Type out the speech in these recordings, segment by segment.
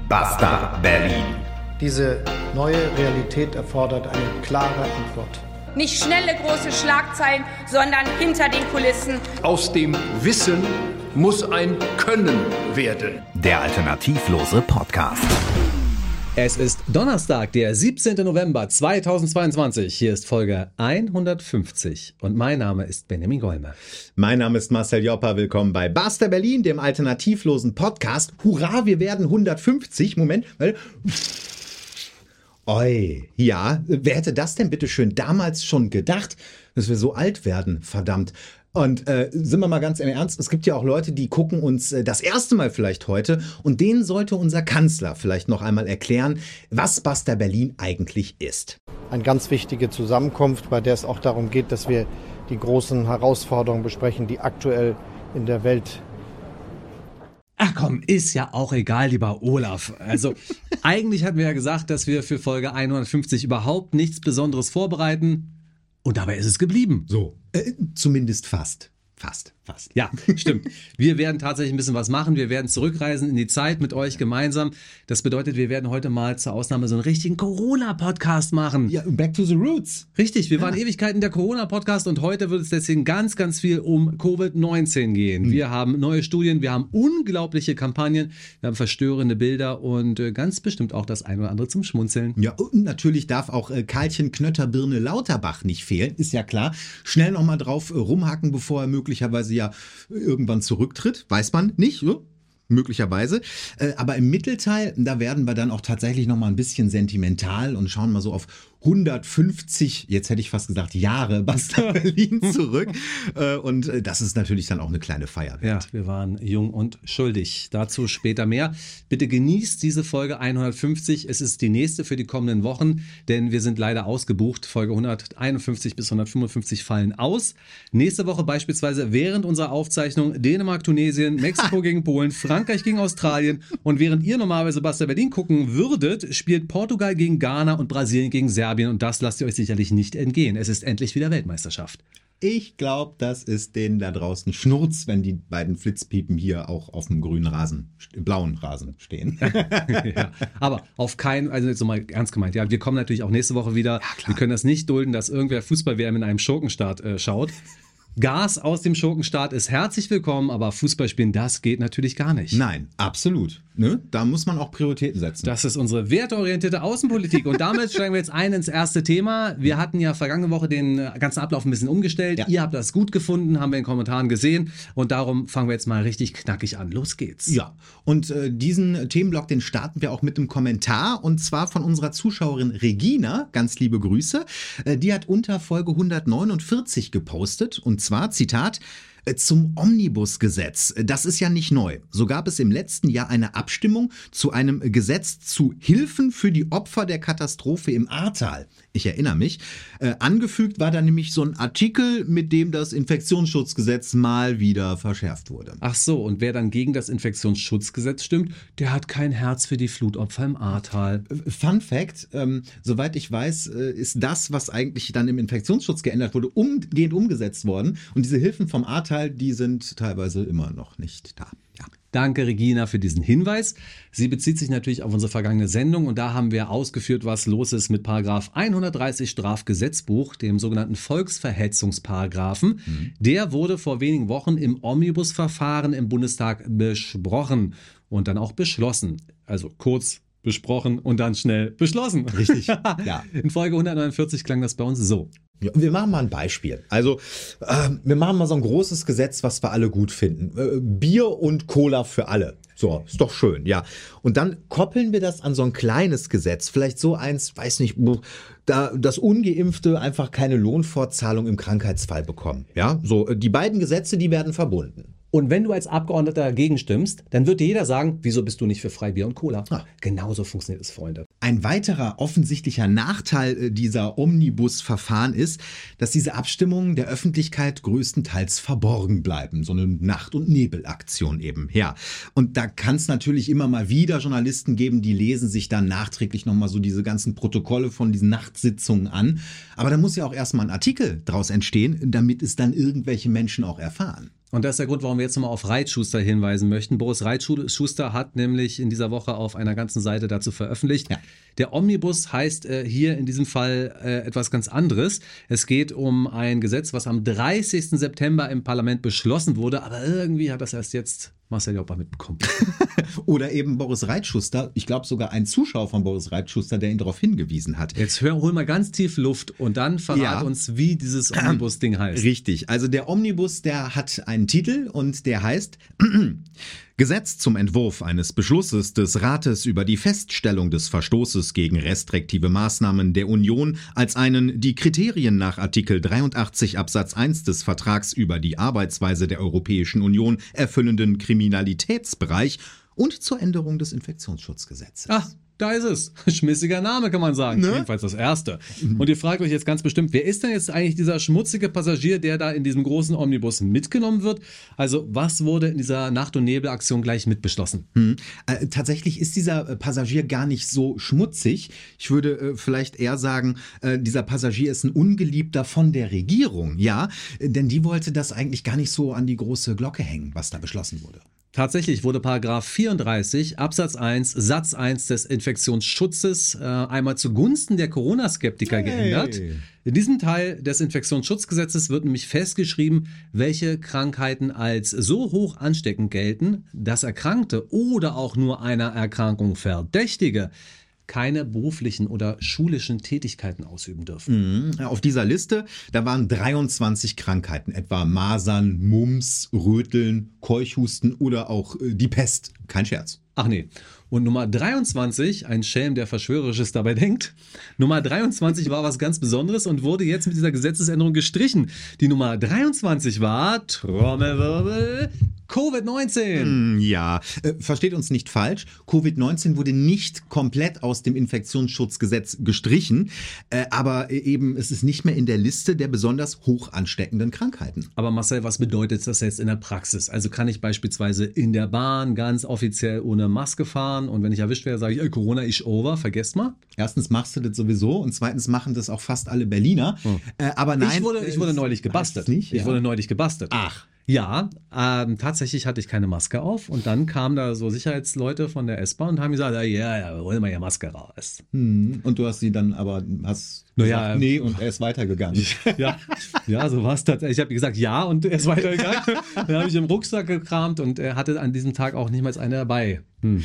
Basta Berlin. Diese neue Realität erfordert eine klare Antwort. Nicht schnelle, große Schlagzeilen, sondern hinter den Kulissen. Aus dem Wissen muss ein Können werden. Der alternativlose Podcast. Es ist Donnerstag, der 17. November 2022. Hier ist Folge 150 und mein Name ist Benjamin Golme. Mein Name ist Marcel Joppa. Willkommen bei Basta Berlin, dem alternativlosen Podcast. Hurra, wir werden 150. Moment, weil... Oi, ja, wer hätte das denn bitte schön damals schon gedacht, dass wir so alt werden, verdammt. Und sind wir mal ganz im Ernst, es gibt ja auch Leute, die gucken uns das erste Mal vielleicht heute und denen sollte unser Kanzler vielleicht noch einmal erklären, was Basta Berlin eigentlich ist. Eine ganz wichtige Zusammenkunft, bei der es auch darum geht, dass wir die großen Herausforderungen besprechen, die aktuell in der Welt. Ach komm, ist ja auch egal, lieber Olaf. Also eigentlich hatten wir ja gesagt, dass wir für Folge 150 überhaupt nichts Besonderes vorbereiten. Und dabei ist es geblieben. So, zumindest fast. Fast. Ja, stimmt. Wir werden tatsächlich ein bisschen was machen. Wir werden zurückreisen in die Zeit mit euch gemeinsam. Das bedeutet, wir werden heute mal zur Ausnahme so einen richtigen Corona-Podcast machen. Ja, back to the roots. Richtig, wir waren Ewigkeiten der Corona-Podcast und heute wird es deswegen ganz, ganz viel um Covid-19 gehen. Wir haben neue Studien, wir haben unglaubliche Kampagnen, wir haben verstörende Bilder und ganz bestimmt auch das ein oder andere zum Schmunzeln. Ja, und natürlich darf auch Karlchen Knötterbirne Lauterbach nicht fehlen, ist ja klar. Schnell nochmal drauf rumhacken, bevor er möglicherweise ja irgendwann zurücktritt, weiß man nicht, so? Möglicherweise. Aber im Mittelteil, da werden wir dann auch tatsächlich nochmal ein bisschen sentimental und schauen mal so auf 150, jetzt hätte ich fast gesagt, Jahre Basta Berlin zurück. Und das ist natürlich dann auch eine kleine Feier. Ja, wir waren jung und schuldig. Dazu später mehr. Bitte genießt diese Folge 150. Es ist die nächste für die kommenden Wochen, denn wir sind leider ausgebucht. Folge 151 bis 155 fallen aus. Nächste Woche beispielsweise während unserer Aufzeichnung Dänemark, Tunesien, Mexiko gegen Polen, Frankreich gegen Australien. Und während ihr normalerweise Basta Berlin gucken würdet, spielt Portugal gegen Ghana und Brasilien gegen Serbien. Und das lasst ihr euch sicherlich nicht entgehen. Es ist endlich wieder Weltmeisterschaft. Ich glaube, das ist denen da draußen Schnurz, wenn die beiden Flitzpiepen hier auch auf dem grünen Rasen, blauen Rasen stehen. Ja, aber auf keinen, also jetzt nochmal ernst gemeint, ja, wir kommen natürlich auch nächste Woche wieder. Ja, wir können das nicht dulden, dass irgendwer Fußball-WM in einem Schurkenstaat schaut. Gas aus dem Schurkenstaat ist herzlich willkommen, aber Fußball spielen, das geht natürlich gar nicht. Nein, absolut. Ne? Da muss man auch Prioritäten setzen. Das ist unsere werteorientierte Außenpolitik und damit steigen wir jetzt ein ins erste Thema. Wir hatten ja vergangene Woche den ganzen Ablauf ein bisschen umgestellt. Ja. Ihr habt das gut gefunden, haben wir in den Kommentaren gesehen und darum fangen wir jetzt mal richtig knackig an. Los geht's. Ja, und diesen Themenblock, den starten wir auch mit einem Kommentar und zwar von unserer Zuschauerin Regina, ganz liebe Grüße. Die hat unter Folge 149 gepostet und zwar, Zitat, zum Omnibusgesetz. Das ist ja nicht neu. So gab es im letzten Jahr eine Abstimmung zu einem Gesetz zu Hilfen für die Opfer der Katastrophe im Ahrtal. Ich erinnere mich. Angefügt war da nämlich so ein Artikel, mit dem das Infektionsschutzgesetz mal wieder verschärft wurde. Ach so, und wer dann gegen das Infektionsschutzgesetz stimmt, der hat kein Herz für die Flutopfer im Ahrtal. Fun Fact, soweit ich weiß, ist das, was eigentlich dann im Infektionsschutz geändert wurde, umgehend umgesetzt worden. Und diese Hilfen vom Ahrtal, die sind teilweise immer noch nicht da. Ja. Danke, Regina, für diesen Hinweis. Sie bezieht sich natürlich auf unsere vergangene Sendung und da haben wir ausgeführt, was los ist mit Paragraph 130 Strafgesetzbuch, dem sogenannten Volksverhetzungsparagraphen. Der wurde vor wenigen Wochen im Omnibusverfahren im Bundestag besprochen und dann auch beschlossen. Also kurz besprochen und dann schnell beschlossen. Richtig, ja. In Folge 149 klang das bei uns so. Ja, wir machen mal ein Beispiel. Also wir machen mal so ein großes Gesetz, was wir alle gut finden. Bier und Cola für alle. So, ist doch schön, ja. Und dann koppeln wir das an so ein kleines Gesetz. Vielleicht so eins, weiß nicht, da das Ungeimpfte einfach keine Lohnfortzahlung im Krankheitsfall bekommen. Ja, so die beiden Gesetze, die werden verbunden. Und wenn du als Abgeordneter dagegen stimmst, dann wird dir jeder sagen, wieso bist du nicht für Freibier und Cola? Genauso funktioniert es, Freunde. Ein weiterer offensichtlicher Nachteil dieser Omnibus-Verfahren ist, dass diese Abstimmungen der Öffentlichkeit größtenteils verborgen bleiben. So eine Nacht- und Nebelaktion eben. Ja. Und da kann es natürlich immer mal wieder Journalisten geben, die lesen sich dann nachträglich nochmal so diese ganzen Protokolle von diesen Nachtsitzungen an. Aber da muss ja auch erstmal ein Artikel draus entstehen, damit es dann irgendwelche Menschen auch erfahren. Und das ist der Grund, warum wir jetzt nochmal auf Reitschuster hinweisen möchten. Boris Reitschuster hat nämlich in dieser Woche auf einer ganzen Seite dazu veröffentlicht. Ja. Der Omnibus heißt hier in diesem Fall etwas ganz anderes. Es geht um ein Gesetz, was am 30. September im Parlament beschlossen wurde, aber irgendwie hat das erst jetzt Marcel Joppa mitbekommen. Oder eben Boris Reitschuster, ich glaube sogar ein Zuschauer von Boris Reitschuster, der ihn darauf hingewiesen hat. Jetzt hol mal ganz tief Luft und dann verrat uns, wie dieses Omnibus-Ding heißt. Richtig, also der Omnibus, der hat einen Titel und der heißt Gesetz zum Entwurf eines Beschlusses des Rates über die Feststellung des Verstoßes gegen restriktive Maßnahmen der Union als einen die Kriterien nach Artikel 83 Absatz 1 des Vertrags über die Arbeitsweise der Europäischen Union erfüllenden Kriminalitätsbereich und zur Änderung des Infektionsschutzgesetzes. Ach, da ist es. Schmissiger Name, kann man sagen. Ne? Jedenfalls das erste. Und ihr fragt euch jetzt ganz bestimmt, wer ist denn jetzt eigentlich dieser schmutzige Passagier, der da in diesem großen Omnibus mitgenommen wird? Also was wurde in dieser Nacht- und Nebelaktion gleich mitbeschlossen? Tatsächlich ist dieser Passagier gar nicht so schmutzig. Ich würde vielleicht eher sagen, dieser Passagier ist ein Ungeliebter von der Regierung. Ja, denn die wollte das eigentlich gar nicht so an die große Glocke hängen, was da beschlossen wurde. Tatsächlich wurde Paragraph 34 Absatz 1 Satz 1 des Infektionsschutzes einmal zugunsten der Corona-Skeptiker geändert. In diesem Teil des Infektionsschutzgesetzes wird nämlich festgeschrieben, welche Krankheiten als so hoch ansteckend gelten, dass Erkrankte oder auch nur einer Erkrankung Verdächtige keine beruflichen oder schulischen Tätigkeiten ausüben dürfen. Auf dieser Liste, da waren 23 Krankheiten, etwa Masern, Mumps, Röteln, Keuchhusten oder auch die Pest. Kein Scherz. Ach nee. Und Nummer 23, ein Schelm, der Verschwörerisches dabei denkt, Nummer 23 war was ganz Besonderes und wurde jetzt mit dieser Gesetzesänderung gestrichen. Die Nummer 23 war, Trommelwirbel, Covid-19. Ja, versteht uns nicht falsch. Covid-19 wurde nicht komplett aus dem Infektionsschutzgesetz gestrichen, aber eben es ist nicht mehr in der Liste der besonders hoch ansteckenden Krankheiten. Aber Marcel, was bedeutet das jetzt in der Praxis? Also kann ich beispielsweise in der Bahn ganz offiziell ohne Maske fahren und wenn ich erwischt werde, sage ich, Corona ist over, vergesst mal. Erstens machst du das sowieso und zweitens machen das auch fast alle Berliner. Aber nein. Ich wurde neulich gebastelt. Ich wurde neulich gebastelt. Ach. Ja, tatsächlich hatte ich keine Maske auf und dann kamen da so Sicherheitsleute von der S-Bahn und haben gesagt, ja, hol mal ja Maske raus. Und du hast sie dann aber, gesagt, nee, und er ist weitergegangen. Ja, so war es tatsächlich. Ich habe gesagt, ja, und er ist weitergegangen. Dann habe ich im Rucksack gekramt und er hatte an diesem Tag auch nicht mal eine dabei.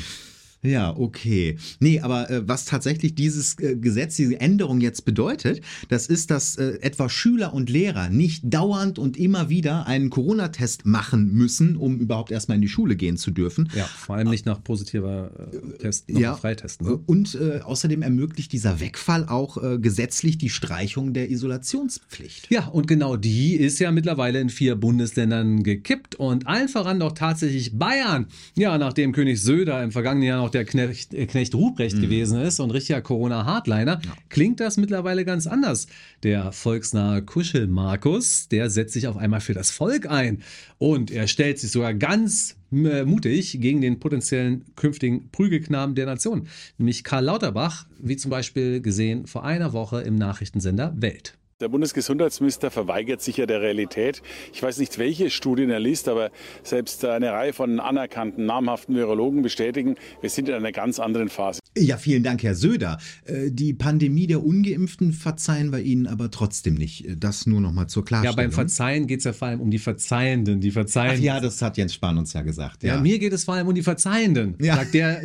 Ja, okay. Nee, aber was tatsächlich dieses Gesetz, diese Änderung jetzt bedeutet, das ist, dass etwa Schüler und Lehrer nicht dauernd und immer wieder einen Corona-Test machen müssen, um überhaupt erstmal in die Schule gehen zu dürfen. Ja, vor allem nicht nach positiver Test, noch Freitesten. Ne? Und außerdem ermöglicht dieser Wegfall auch gesetzlich die Streichung der Isolationspflicht. Ja, und genau die ist ja mittlerweile in 4 Bundesländern gekippt und allen voran doch tatsächlich Bayern. Ja, nachdem König Söder im vergangenen Jahr noch der Knecht Ruprecht gewesen ist und richtiger Corona-Hardliner, klingt das mittlerweile ganz anders. Der volksnahe Kuschel-Markus, der setzt sich auf einmal für das Volk ein und er stellt sich sogar ganz mutig gegen den potenziellen künftigen Prügelknaben der Nation, nämlich Karl Lauterbach, wie zum Beispiel gesehen vor einer Woche im Nachrichtensender Welt. Der Bundesgesundheitsminister verweigert sich ja der Realität. Ich weiß nicht, welche Studien er liest, aber selbst eine Reihe von anerkannten, namhaften Virologen bestätigen, wir sind in einer ganz anderen Phase. Ja, vielen Dank, Herr Söder. Die Pandemie der Ungeimpften verzeihen wir Ihnen aber trotzdem nicht. Das nur noch mal zur Klarstellung. Ja, beim Verzeihen geht es ja vor allem um die Verzeihenden. Die Verzeihenden. Ach ja, das hat Jens Spahn uns ja gesagt. Ja, mir geht es vor allem um die Verzeihenden, sagt der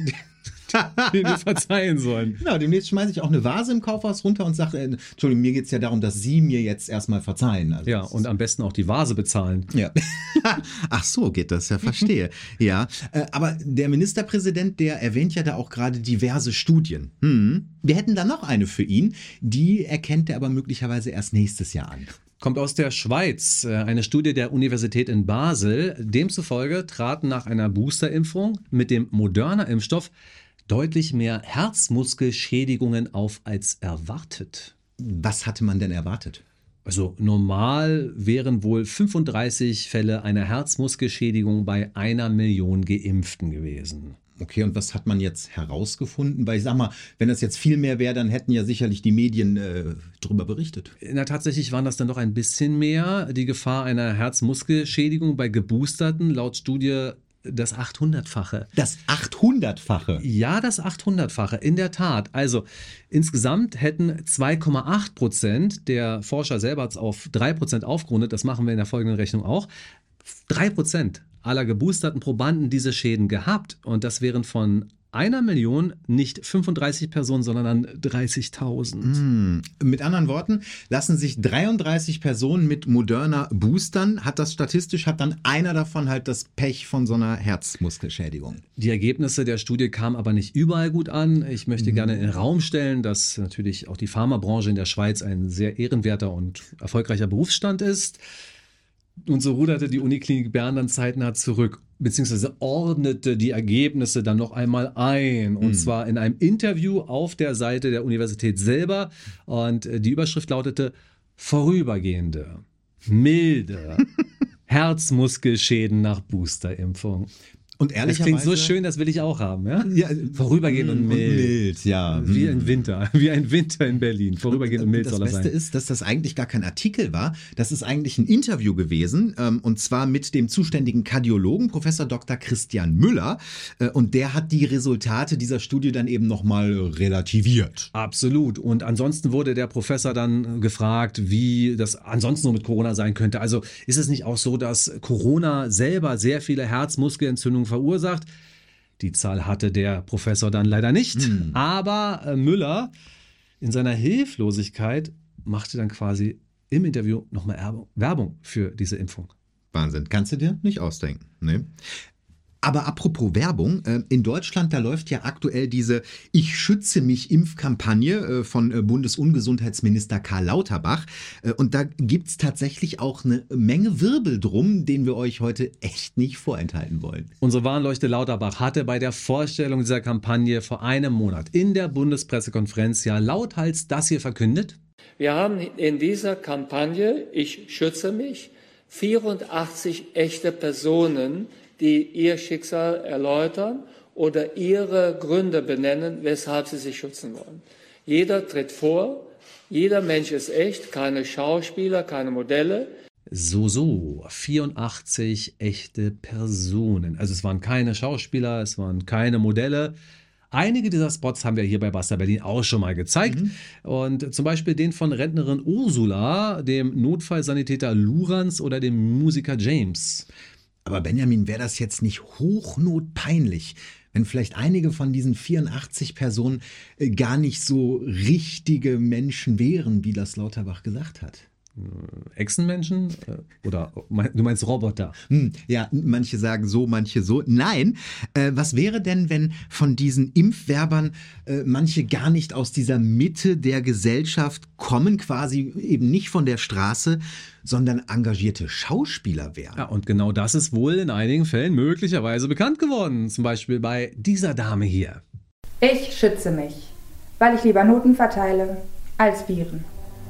den wir verzeihen sollen. Genau, demnächst schmeiße ich auch eine Vase im Kaufhaus runter und sage, Entschuldigung, mir geht es ja darum, dass Sie mir jetzt erstmal verzeihen. Also ja, und am besten auch die Vase bezahlen. Ja. Ach so, geht das, ja, verstehe. Ja, aber der Ministerpräsident, der erwähnt ja da auch gerade diverse Studien. Wir hätten da noch eine für ihn, die erkennt er aber möglicherweise erst nächstes Jahr an. Kommt aus der Schweiz, eine Studie der Universität in Basel. Demzufolge traten nach einer Boosterimpfung mit dem Moderna-Impfstoff deutlich mehr Herzmuskelschädigungen auf als erwartet. Was hatte man denn erwartet? Also normal wären wohl 35 Fälle einer Herzmuskelschädigung bei 1 Million Geimpften gewesen. Okay, und was hat man jetzt herausgefunden? Weil ich sag mal, wenn das jetzt viel mehr wäre, dann hätten ja sicherlich die Medien drüber berichtet. Na, tatsächlich waren das dann doch ein bisschen mehr. Die Gefahr einer Herzmuskelschädigung bei Geboosterten laut Studie das 800-fache. Das 800-fache? Ja, das 800-fache, in der Tat. Also insgesamt hätten 2,8% der Forscher selber hat es auf 3% aufgerundet, das machen wir in der folgenden Rechnung auch, 3% aller geboosterten Probanden diese Schäden gehabt. Und das wären von 1 Million nicht 35 Personen, sondern dann 30.000. Mit anderen Worten, lassen sich 33 Personen mit Moderna boostern, hat dann einer davon halt das Pech von so einer Herzmuskelschädigung. Die Ergebnisse der Studie kamen aber nicht überall gut an. Ich möchte gerne in den Raum stellen, dass natürlich auch die Pharmabranche in der Schweiz ein sehr ehrenwerter und erfolgreicher Berufsstand ist. Und so ruderte die Uniklinik Bern dann zeitnah zurück, beziehungsweise ordnete die Ergebnisse dann noch einmal ein. Und zwar in einem Interview auf der Seite der Universität selber. Und die Überschrift lautete: vorübergehende, milde Herzmuskelschäden nach Boosterimpfung. Und Das ehrlicherweise, klingt so schön, das will ich auch haben. Ja? Ja, Vorübergehend und mild. ja. Wie ein Winter in Berlin. Vorübergehend und mild Das soll das Beste sein. ist, dass das eigentlich gar kein Artikel war. Das ist eigentlich ein Interview gewesen, und zwar mit dem zuständigen Kardiologen, Professor Dr. Christian Müller. Und der hat die Resultate dieser Studie dann eben nochmal relativiert. Absolut. Und ansonsten wurde der Professor dann gefragt, wie das ansonsten so mit Corona sein könnte. Also ist es nicht auch so, dass Corona selber sehr viele Herzmuskelentzündungen verursacht? Die Zahl hatte der Professor dann leider nicht. Aber Müller in seiner Hilflosigkeit machte dann quasi im Interview nochmal Werbung für diese Impfung. Wahnsinn. Kannst du dir nicht ausdenken. Ne? Aber apropos Werbung, in Deutschland, da läuft ja aktuell diese Ich schütze mich Impfkampagne von Bundesungesundheitsminister Karl Lauterbach. Und da gibt's tatsächlich auch eine Menge Wirbel drum, den wir euch heute echt nicht vorenthalten wollen. Unsere Warnleuchte Lauterbach hatte bei der Vorstellung dieser Kampagne vor einem Monat in der Bundespressekonferenz ja lauthals das hier verkündet. Wir haben in dieser Kampagne Ich schütze mich 84 echte Personen, die ihr Schicksal erläutern oder ihre Gründe benennen, weshalb sie sich schützen wollen. Jeder tritt vor, jeder Mensch ist echt, keine Schauspieler, keine Modelle. So, 84 echte Personen. Also es waren keine Schauspieler, es waren keine Modelle. Einige dieser Spots haben wir hier bei Basta Berlin auch schon mal gezeigt. Und zum Beispiel den von Rentnerin Ursula, dem Notfallsanitäter Lurans oder dem Musiker James. Aber Benjamin, wäre das jetzt nicht hochnotpeinlich, wenn vielleicht einige von diesen 84 Personen gar nicht so richtige Menschen wären, wie das Lauterbach gesagt hat? Echsenmenschen? Oder du meinst Roboter? Ja, manche sagen so, manche so. Nein, was wäre denn, wenn von diesen Impfwerbern manche gar nicht aus dieser Mitte der Gesellschaft kommen, quasi eben nicht von der Straße, sondern engagierte Schauspieler wären? Ja, und genau das ist wohl in einigen Fällen möglicherweise bekannt geworden. Zum Beispiel bei dieser Dame hier. Ich schütze mich, weil ich lieber Noten verteile als Viren.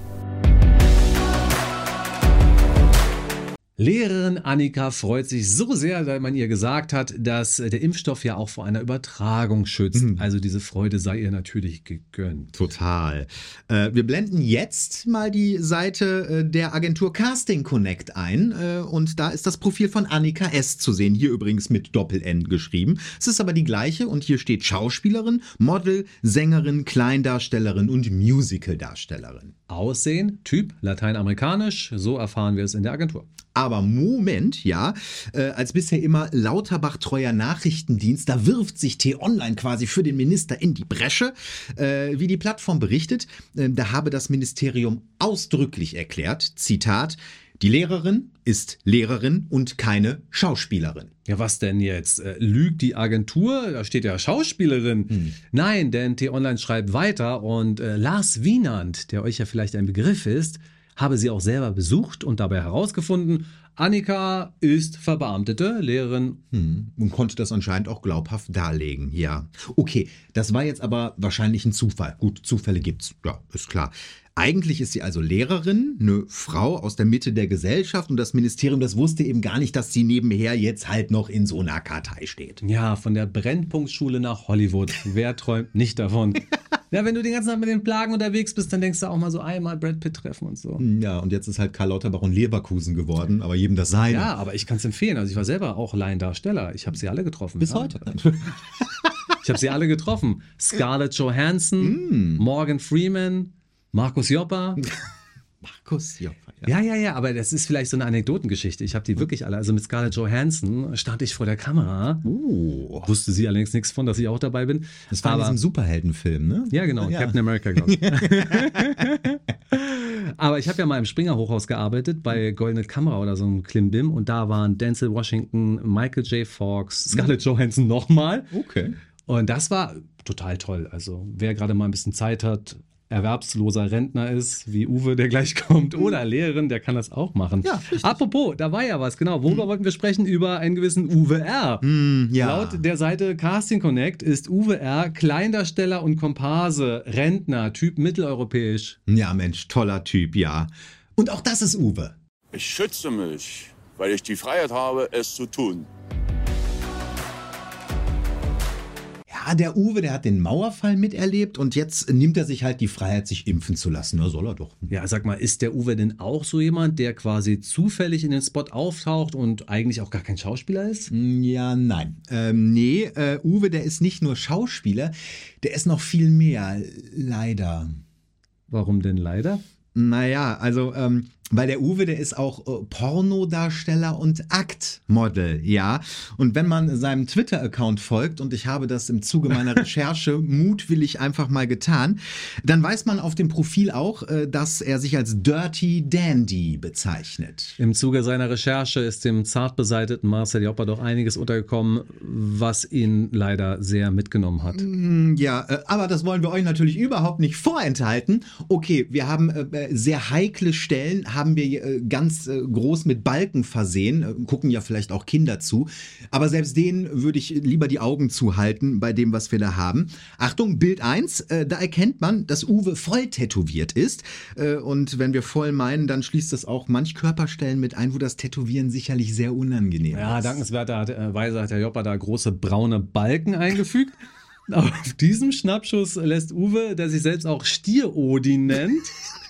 Lehrerin Annika freut sich so sehr, weil man ihr gesagt hat, dass der Impfstoff ja auch vor einer Übertragung schützt. Also diese Freude sei ihr natürlich gegönnt. Total. Wir blenden jetzt mal die Seite der Agentur Casting Connect ein. Und da ist das Profil von Annika S. zu sehen. Hier übrigens mit Doppel-N geschrieben. Es ist aber die gleiche und hier steht Schauspielerin, Model, Sängerin, Kleindarstellerin und Musicaldarstellerin. Aussehen, Typ, lateinamerikanisch, so erfahren wir es in der Agentur. Aber Moment, ja, als bisher immer Lauterbach-treuer Nachrichtendienst, da wirft sich T-Online quasi für den Minister in die Bresche. Wie die Plattform berichtet, da habe das Ministerium ausdrücklich erklärt, Zitat, die Lehrerin ist Lehrerin und keine Schauspielerin. Ja, was denn jetzt? Lügt die Agentur? Da steht ja Schauspielerin. Nein, denn T-Online schreibt weiter und Lars Wienand, der euch ja vielleicht ein Begriff ist, habe sie auch selber besucht und dabei herausgefunden, Annika ist verbeamtete Lehrerin. Und konnte das anscheinend auch glaubhaft darlegen, ja. Okay, das war jetzt aber wahrscheinlich ein Zufall. Gut, Zufälle gibt's, ja, ist klar. Eigentlich ist sie also Lehrerin, eine Frau aus der Mitte der Gesellschaft und das Ministerium, das wusste eben gar nicht, dass sie nebenher jetzt halt noch in so einer Kartei steht. Ja, von der Brennpunktschule nach Hollywood. Wer träumt nicht davon? Ja, wenn du den ganzen Tag mit den Plagen unterwegs bist, dann denkst du auch mal so einmal Brad Pitt treffen und so. Ja, und jetzt ist halt Karl Lauterbach und Leverkusen geworden, aber jedem das seine. Ja, aber ich kann es empfehlen. Also ich war selber auch Laiendarsteller. Ich habe sie alle getroffen. Bis heute. Ich habe sie alle getroffen. Scarlett Johansson, Morgan Freeman, Markus Joppa. Markus Joppa, Ja, aber das ist vielleicht so eine Anekdotengeschichte. Ich habe die wirklich alle. Also mit Scarlett Johansson stand ich vor der Kamera. Wusste sie allerdings nichts von, dass ich auch dabei bin. Das war in diesem Superheldenfilm, ne? Ja, genau. Ja. Captain America, glaube ich. Aber ich habe ja mal im Springer Hochhaus gearbeitet, bei Goldene Kamera oder so einem Klimbim. Und da waren Denzel Washington, Michael J. Fox, Scarlett Johansson nochmal. Okay. Und das war total toll. Also wer gerade mal ein bisschen Zeit hat, erwerbsloser Rentner ist, wie Uwe, der gleich kommt, oder Lehrerin, der kann das auch machen. Ja, richtig. Apropos, da war ja was, genau. Worüber wollten wir sprechen? Über einen gewissen Uwe R. Ja. Laut der Seite Casting Connect ist Uwe R. Kleindarsteller und Komparse, Rentner, Typ mitteleuropäisch. Ja, Mensch, toller Typ, ja. Und auch das ist Uwe. Ich schütze mich, weil ich die Freiheit habe, es zu tun. Ja, der Uwe, der hat den Mauerfall miterlebt und jetzt nimmt er sich halt die Freiheit, sich impfen zu lassen. Na, soll er doch. Ja, sag mal, ist der Uwe denn auch so jemand, der quasi zufällig in den Spot auftaucht und eigentlich auch gar kein Schauspieler ist? Ja, nein. Uwe, der ist nicht nur Schauspieler, der ist noch viel mehr, leider. Warum denn leider? Naja, also, weil der Uwe, der ist auch Pornodarsteller und Aktmodel, ja. Und wenn man seinem Twitter-Account folgt, und ich habe das im Zuge meiner Recherche mutwillig einfach mal getan, dann weiß man auf dem Profil auch, dass er sich als Dirty Dandy bezeichnet. Im Zuge seiner Recherche ist dem zart beseiteten Marcel Joppa doch einiges untergekommen, was ihn leider sehr mitgenommen hat. Ja, aber das wollen wir euch natürlich überhaupt nicht vorenthalten. Okay, wir haben sehr heikle Stellen, haben wir ganz groß mit Balken versehen, gucken ja vielleicht auch Kinder zu, aber selbst denen würde ich lieber die Augen zuhalten bei dem, was wir da haben. Achtung, Bild 1, da erkennt man, dass Uwe voll tätowiert ist und wenn wir voll meinen, dann schließt das auch manch Körperstellen mit ein, wo das Tätowieren sicherlich sehr unangenehm ist. Ja, dankenswerterweise hat der Joppa da große braune Balken eingefügt. Auf diesem Schnappschuss lässt Uwe, der sich selbst auch Stier-Odin nennt,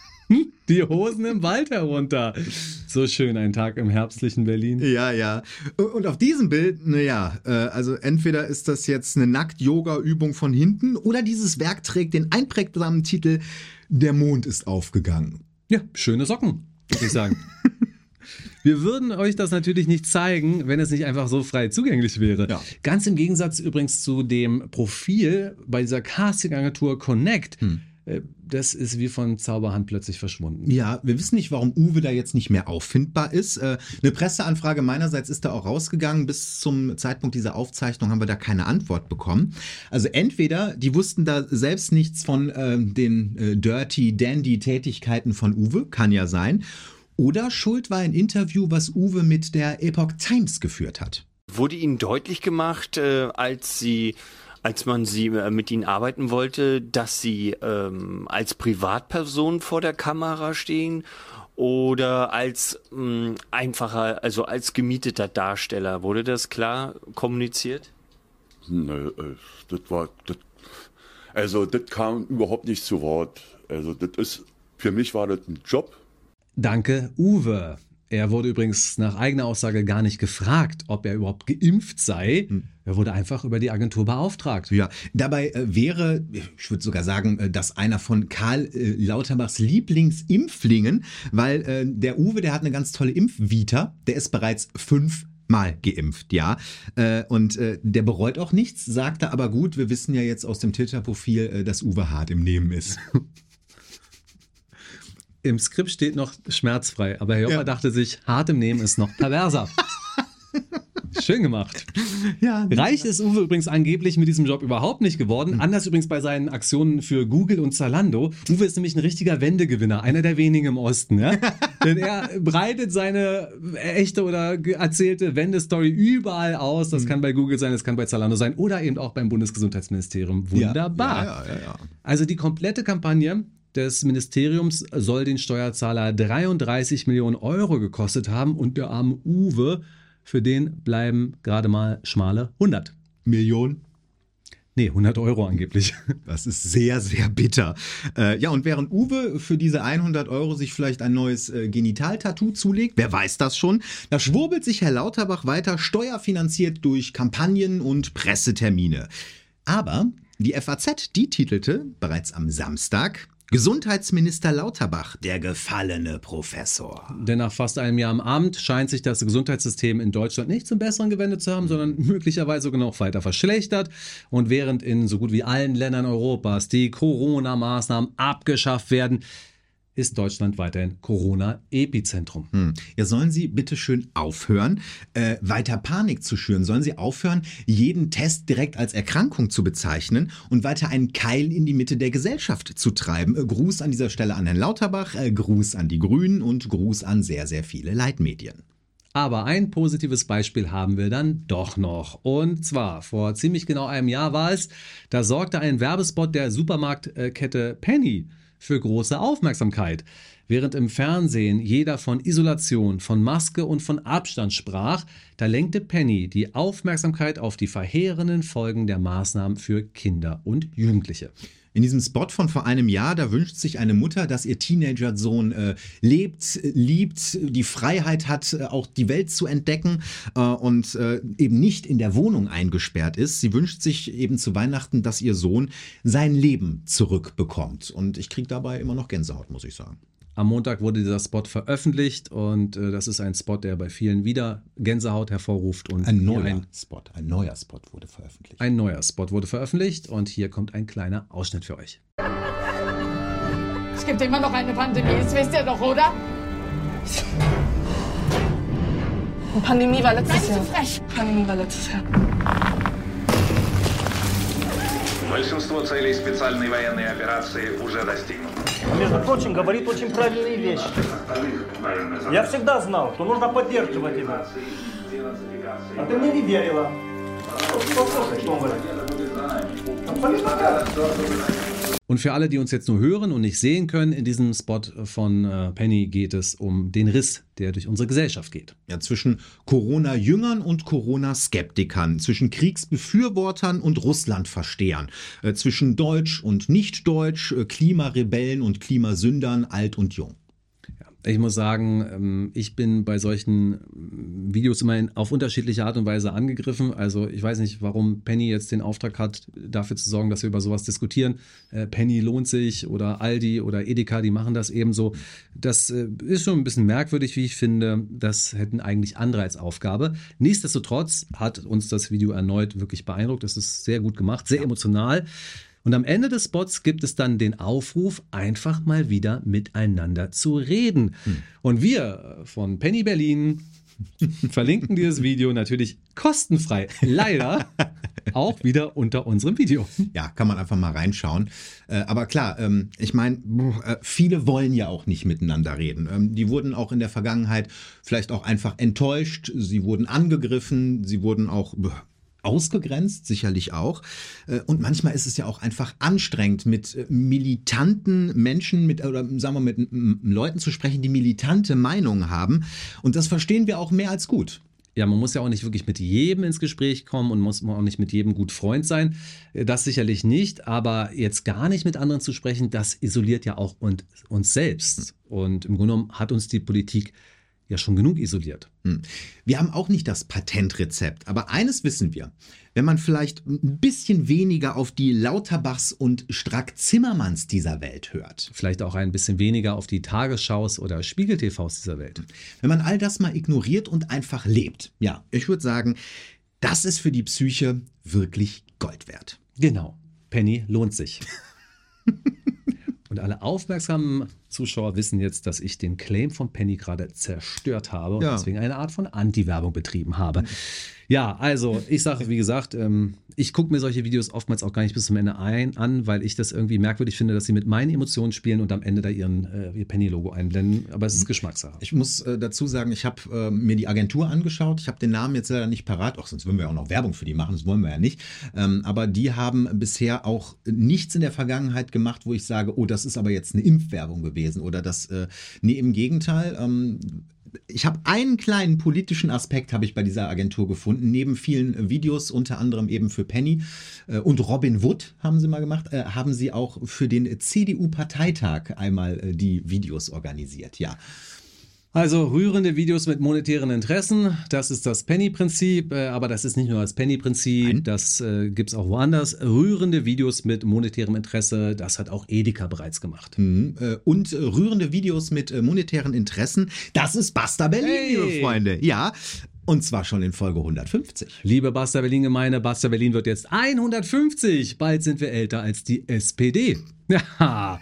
die Hosen im Wald herunter. So schön, ein Tag im herbstlichen Berlin. Ja. Und auf diesem Bild, also entweder ist das jetzt eine Nackt-Yoga-Übung von hinten oder dieses Werk trägt den einprägsamen Titel Der Mond ist aufgegangen. Ja, schöne Socken, würde ich sagen. Wir würden euch das natürlich nicht zeigen, wenn es nicht einfach so frei zugänglich wäre. Ja. Ganz im Gegensatz übrigens zu dem Profil bei dieser Casting-Agentur Connect. Das ist wie von Zauberhand plötzlich verschwunden. Ja, wir wissen nicht, warum Uwe da jetzt nicht mehr auffindbar ist. Eine Presseanfrage meinerseits ist da auch rausgegangen. Bis zum Zeitpunkt dieser Aufzeichnung haben wir da keine Antwort bekommen. Also entweder die wussten da selbst nichts von den Dirty Dandy Tätigkeiten von Uwe, kann ja sein. Oder schuld war ein Interview, was Uwe mit der Epoch Times geführt hat. Wurde Ihnen deutlich gemacht, als man mit Ihnen arbeiten wollte, dass Sie als Privatperson vor der Kamera stehen oder als einfacher, also als gemieteter Darsteller? Wurde das klar kommuniziert? Nö, das kam überhaupt nicht zu Wort. Also für mich war das ein Job. Danke, Uwe. Er wurde übrigens nach eigener Aussage gar nicht gefragt, ob er überhaupt geimpft sei. Er wurde einfach über die Agentur beauftragt. Ja, dabei wäre, ich würde sogar sagen, dass einer von Karl Lauterbachs Lieblingsimpflingen, weil der Uwe, der hat eine ganz tolle Impfvita, der ist bereits 5-mal geimpft, ja. Und der bereut auch nichts, sagte aber gut, wir wissen ja jetzt aus dem Twitter-Profil, dass Uwe hart im Nehmen ist. Im Skript steht noch schmerzfrei, aber Herr Joppa dachte sich, hart im Nehmen ist noch perverser. Schön gemacht. Ja, Reich ist Uwe übrigens angeblich mit diesem Job überhaupt nicht geworden. Anders übrigens bei seinen Aktionen für Google und Zalando. Uwe ist nämlich ein richtiger Wendegewinner, einer der wenigen im Osten. Ja? Denn er breitet seine echte oder erzählte Wendestory überall aus. Das kann bei Google sein, das kann bei Zalando sein oder eben auch beim Bundesgesundheitsministerium. Wunderbar. Ja. Also die komplette Kampagne des Ministeriums soll den Steuerzahler 33 Millionen Euro gekostet haben und der arme Uwe, für den bleiben gerade mal schmale 100 Millionen. Nee, 100 Euro angeblich. Das ist sehr, sehr bitter. Ja, und während Uwe für diese 100 Euro sich vielleicht ein neues Genital-Tattoo zulegt, wer weiß das schon, da schwurbelt sich Herr Lauterbach weiter steuerfinanziert durch Kampagnen und Pressetermine. Aber die FAZ, die titelte bereits am Samstag: Gesundheitsminister Lauterbach, der gefallene Professor. Denn nach fast einem Jahr im Amt scheint sich das Gesundheitssystem in Deutschland nicht zum Besseren gewendet zu haben, sondern möglicherweise sogar noch weiter verschlechtert. Und während in so gut wie allen Ländern Europas die Corona-Maßnahmen abgeschafft werden, ist Deutschland weiterhin Corona-Epizentrum. Ja, sollen Sie bitte schön aufhören, weiter Panik zu schüren? Sollen Sie aufhören, jeden Test direkt als Erkrankung zu bezeichnen und weiter einen Keil in die Mitte der Gesellschaft zu treiben? Gruß an dieser Stelle an Herrn Lauterbach, Gruß an die Grünen und Gruß an sehr, sehr viele Leitmedien. Aber ein positives Beispiel haben wir dann doch noch. Und zwar vor ziemlich genau einem Jahr war es, da sorgte ein Werbespot der Supermarktkette Penny für große Aufmerksamkeit. Während im Fernsehen jeder von Isolation, von Maske und von Abstand sprach, da lenkte Penny die Aufmerksamkeit auf die verheerenden Folgen der Maßnahmen für Kinder und Jugendliche. In diesem Spot von vor einem Jahr, da wünscht sich eine Mutter, dass ihr Teenager-Sohn lebt, liebt, die Freiheit hat, auch die Welt zu entdecken und eben nicht in der Wohnung eingesperrt ist. Sie wünscht sich eben zu Weihnachten, dass ihr Sohn sein Leben zurückbekommt. Und ich kriege dabei immer noch Gänsehaut, muss ich sagen. Am Montag wurde dieser Spot veröffentlicht und das ist ein Spot, der bei vielen wieder Gänsehaut hervorruft. Und ein neuer Spot wurde veröffentlicht. Ein neuer Spot wurde veröffentlicht und hier kommt ein kleiner Ausschnitt für euch. Es gibt immer noch eine Pandemie, das wisst ihr doch, oder? Die Pandemie war letztes Jahr. Frech. Pandemie war letztes Jahr. Большинство целей специальной военной операции уже достигнуто. Между прочим, говорит очень правильные вещи. Я всегда знал, что нужно поддерживать его. А ты мне не верила. Послушай, что он говорит. Абсолютно так. Und für alle, die uns jetzt nur hören und nicht sehen können, in diesem Spot von Penny geht es um den Riss, der durch unsere Gesellschaft geht. Ja, zwischen Corona-Jüngern und Corona-Skeptikern, zwischen Kriegsbefürwortern und Russland-Verstehern, zwischen Deutsch und Nicht-Deutsch, Klimarebellen und Klimasündern, alt und jung. Ich muss sagen, ich bin bei solchen Videos immer auf unterschiedliche Art und Weise angegriffen. Also ich weiß nicht, warum Penny jetzt den Auftrag hat, dafür zu sorgen, dass wir über sowas diskutieren. Penny lohnt sich oder Aldi oder Edeka, die machen das ebenso. Das ist schon ein bisschen merkwürdig, wie ich finde. Das hätten eigentlich andere als Aufgabe. Nichtsdestotrotz hat uns das Video erneut wirklich beeindruckt. Das ist sehr gut gemacht, sehr emotional. Und am Ende des Spots gibt es dann den Aufruf, einfach mal wieder miteinander zu reden. Und wir von Penny Berlin verlinken dieses Video natürlich kostenfrei. Leider auch wieder unter unserem Video. Ja, kann man einfach mal reinschauen. Aber klar, ich meine, viele wollen ja auch nicht miteinander reden. Die wurden auch in der Vergangenheit vielleicht auch einfach enttäuscht. Sie wurden angegriffen. Sie wurden auch ausgegrenzt, sicherlich auch. Und manchmal ist es ja auch einfach anstrengend, mit militanten Menschen, oder sagen wir mit Leuten zu sprechen, die militante Meinungen haben. Und das verstehen wir auch mehr als gut. Ja, man muss ja auch nicht wirklich mit jedem ins Gespräch kommen und muss auch nicht mit jedem gut Freund sein. Das sicherlich nicht, aber jetzt gar nicht mit anderen zu sprechen, das isoliert ja auch uns selbst. Und im Grunde genommen hat uns die Politik ja schon genug isoliert. Wir haben auch nicht das Patentrezept, aber eines wissen wir. Wenn man vielleicht ein bisschen weniger auf die Lauterbachs und Strack-Zimmermanns dieser Welt hört. Vielleicht auch ein bisschen weniger auf die Tagesschaus oder Spiegel-TVs dieser Welt. Wenn man all das mal ignoriert und einfach lebt. Ja, ich würde sagen, das ist für die Psyche wirklich Gold wert. Genau. Penny lohnt sich. Und alle aufmerksamen Zuschauer wissen jetzt, dass ich den Claim von Penny gerade zerstört habe und deswegen eine Art von Anti-Werbung betrieben habe. Ja, also ich sage, wie gesagt, ich gucke mir solche Videos oftmals auch gar nicht bis zum Ende an, weil ich das irgendwie merkwürdig finde, dass sie mit meinen Emotionen spielen und am Ende da ihr Penny-Logo einblenden. Aber es ist Geschmackssache. Ich muss dazu sagen, ich habe mir die Agentur angeschaut. Ich habe den Namen jetzt leider nicht parat. Auch sonst würden wir auch noch Werbung für die machen. Das wollen wir ja nicht. Aber die haben bisher auch nichts in der Vergangenheit gemacht, wo ich sage, oh, das ist aber jetzt eine Impfwerbung gewesen. Oder das, nee, im Gegenteil. Ich habe einen kleinen politischen Aspekt habe ich bei dieser Agentur gefunden, neben vielen Videos, unter anderem eben für Penny und Robin Wood haben sie mal gemacht, haben sie auch für den CDU-Parteitag einmal die Videos organisiert, ja. Also rührende Videos mit monetären Interessen, das ist das Penny-Prinzip, aber das ist nicht nur das Penny-Prinzip, das gibt es auch woanders. Rührende Videos mit monetärem Interesse, das hat auch Edeka bereits gemacht. Und rührende Videos mit monetären Interessen, das ist Basta Berlin, liebe Freunde. Ja, und zwar schon in Folge 150. Liebe Basta Berlin-Gemeinde, Basta Berlin wird jetzt 150. Bald sind wir älter als die SPD. Ja,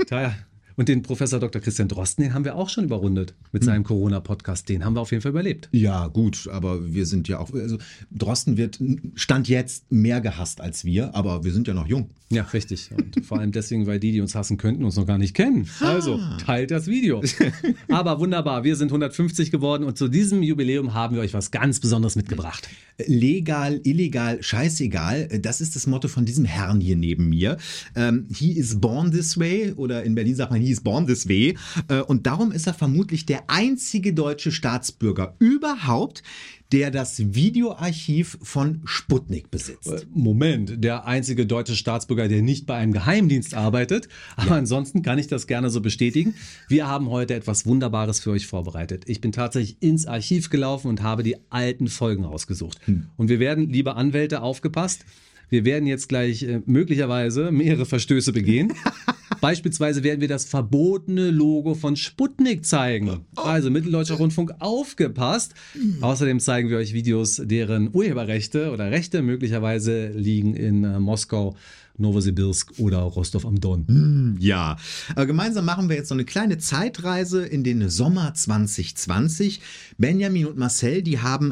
und den Professor Dr. Christian Drosten, den haben wir auch schon überrundet mit seinem Corona-Podcast. Den haben wir auf jeden Fall überlebt. Ja, gut, aber wir sind ja auch, also Drosten wird Stand jetzt mehr gehasst als wir, aber wir sind ja noch jung. Ja, richtig. Und vor allem deswegen, weil die uns hassen könnten, uns noch gar nicht kennen. Also, teilt das Video. Aber wunderbar, wir sind 150 geworden und zu diesem Jubiläum haben wir euch was ganz Besonderes mitgebracht. Legal, illegal, scheißegal. Das ist das Motto von diesem Herrn hier neben mir. He is born this way, oder in Berlin sagt man, he is born this way. Und darum ist er vermutlich der einzige deutsche Staatsbürger überhaupt, der das Videoarchiv von Sputnik besitzt. Moment, der einzige deutsche Staatsbürger, der nicht bei einem Geheimdienst arbeitet. Aber ansonsten kann ich das gerne so bestätigen. Wir haben heute etwas Wunderbares für euch vorbereitet. Ich bin tatsächlich ins Archiv gelaufen und habe die alten Folgen rausgesucht. Und wir werden, liebe Anwälte, aufgepasst, wir werden jetzt gleich möglicherweise mehrere Verstöße begehen. Beispielsweise werden wir das verbotene Logo von Sputnik zeigen. Also Mitteldeutscher Rundfunk, aufgepasst. Außerdem zeigen wir euch Videos, deren Urheberrechte oder Rechte möglicherweise liegen in Moskau, Novosibirsk oder Rostov am Don. Ja, gemeinsam machen wir jetzt so eine kleine Zeitreise in den Sommer 2020. Benjamin und Marcel, die haben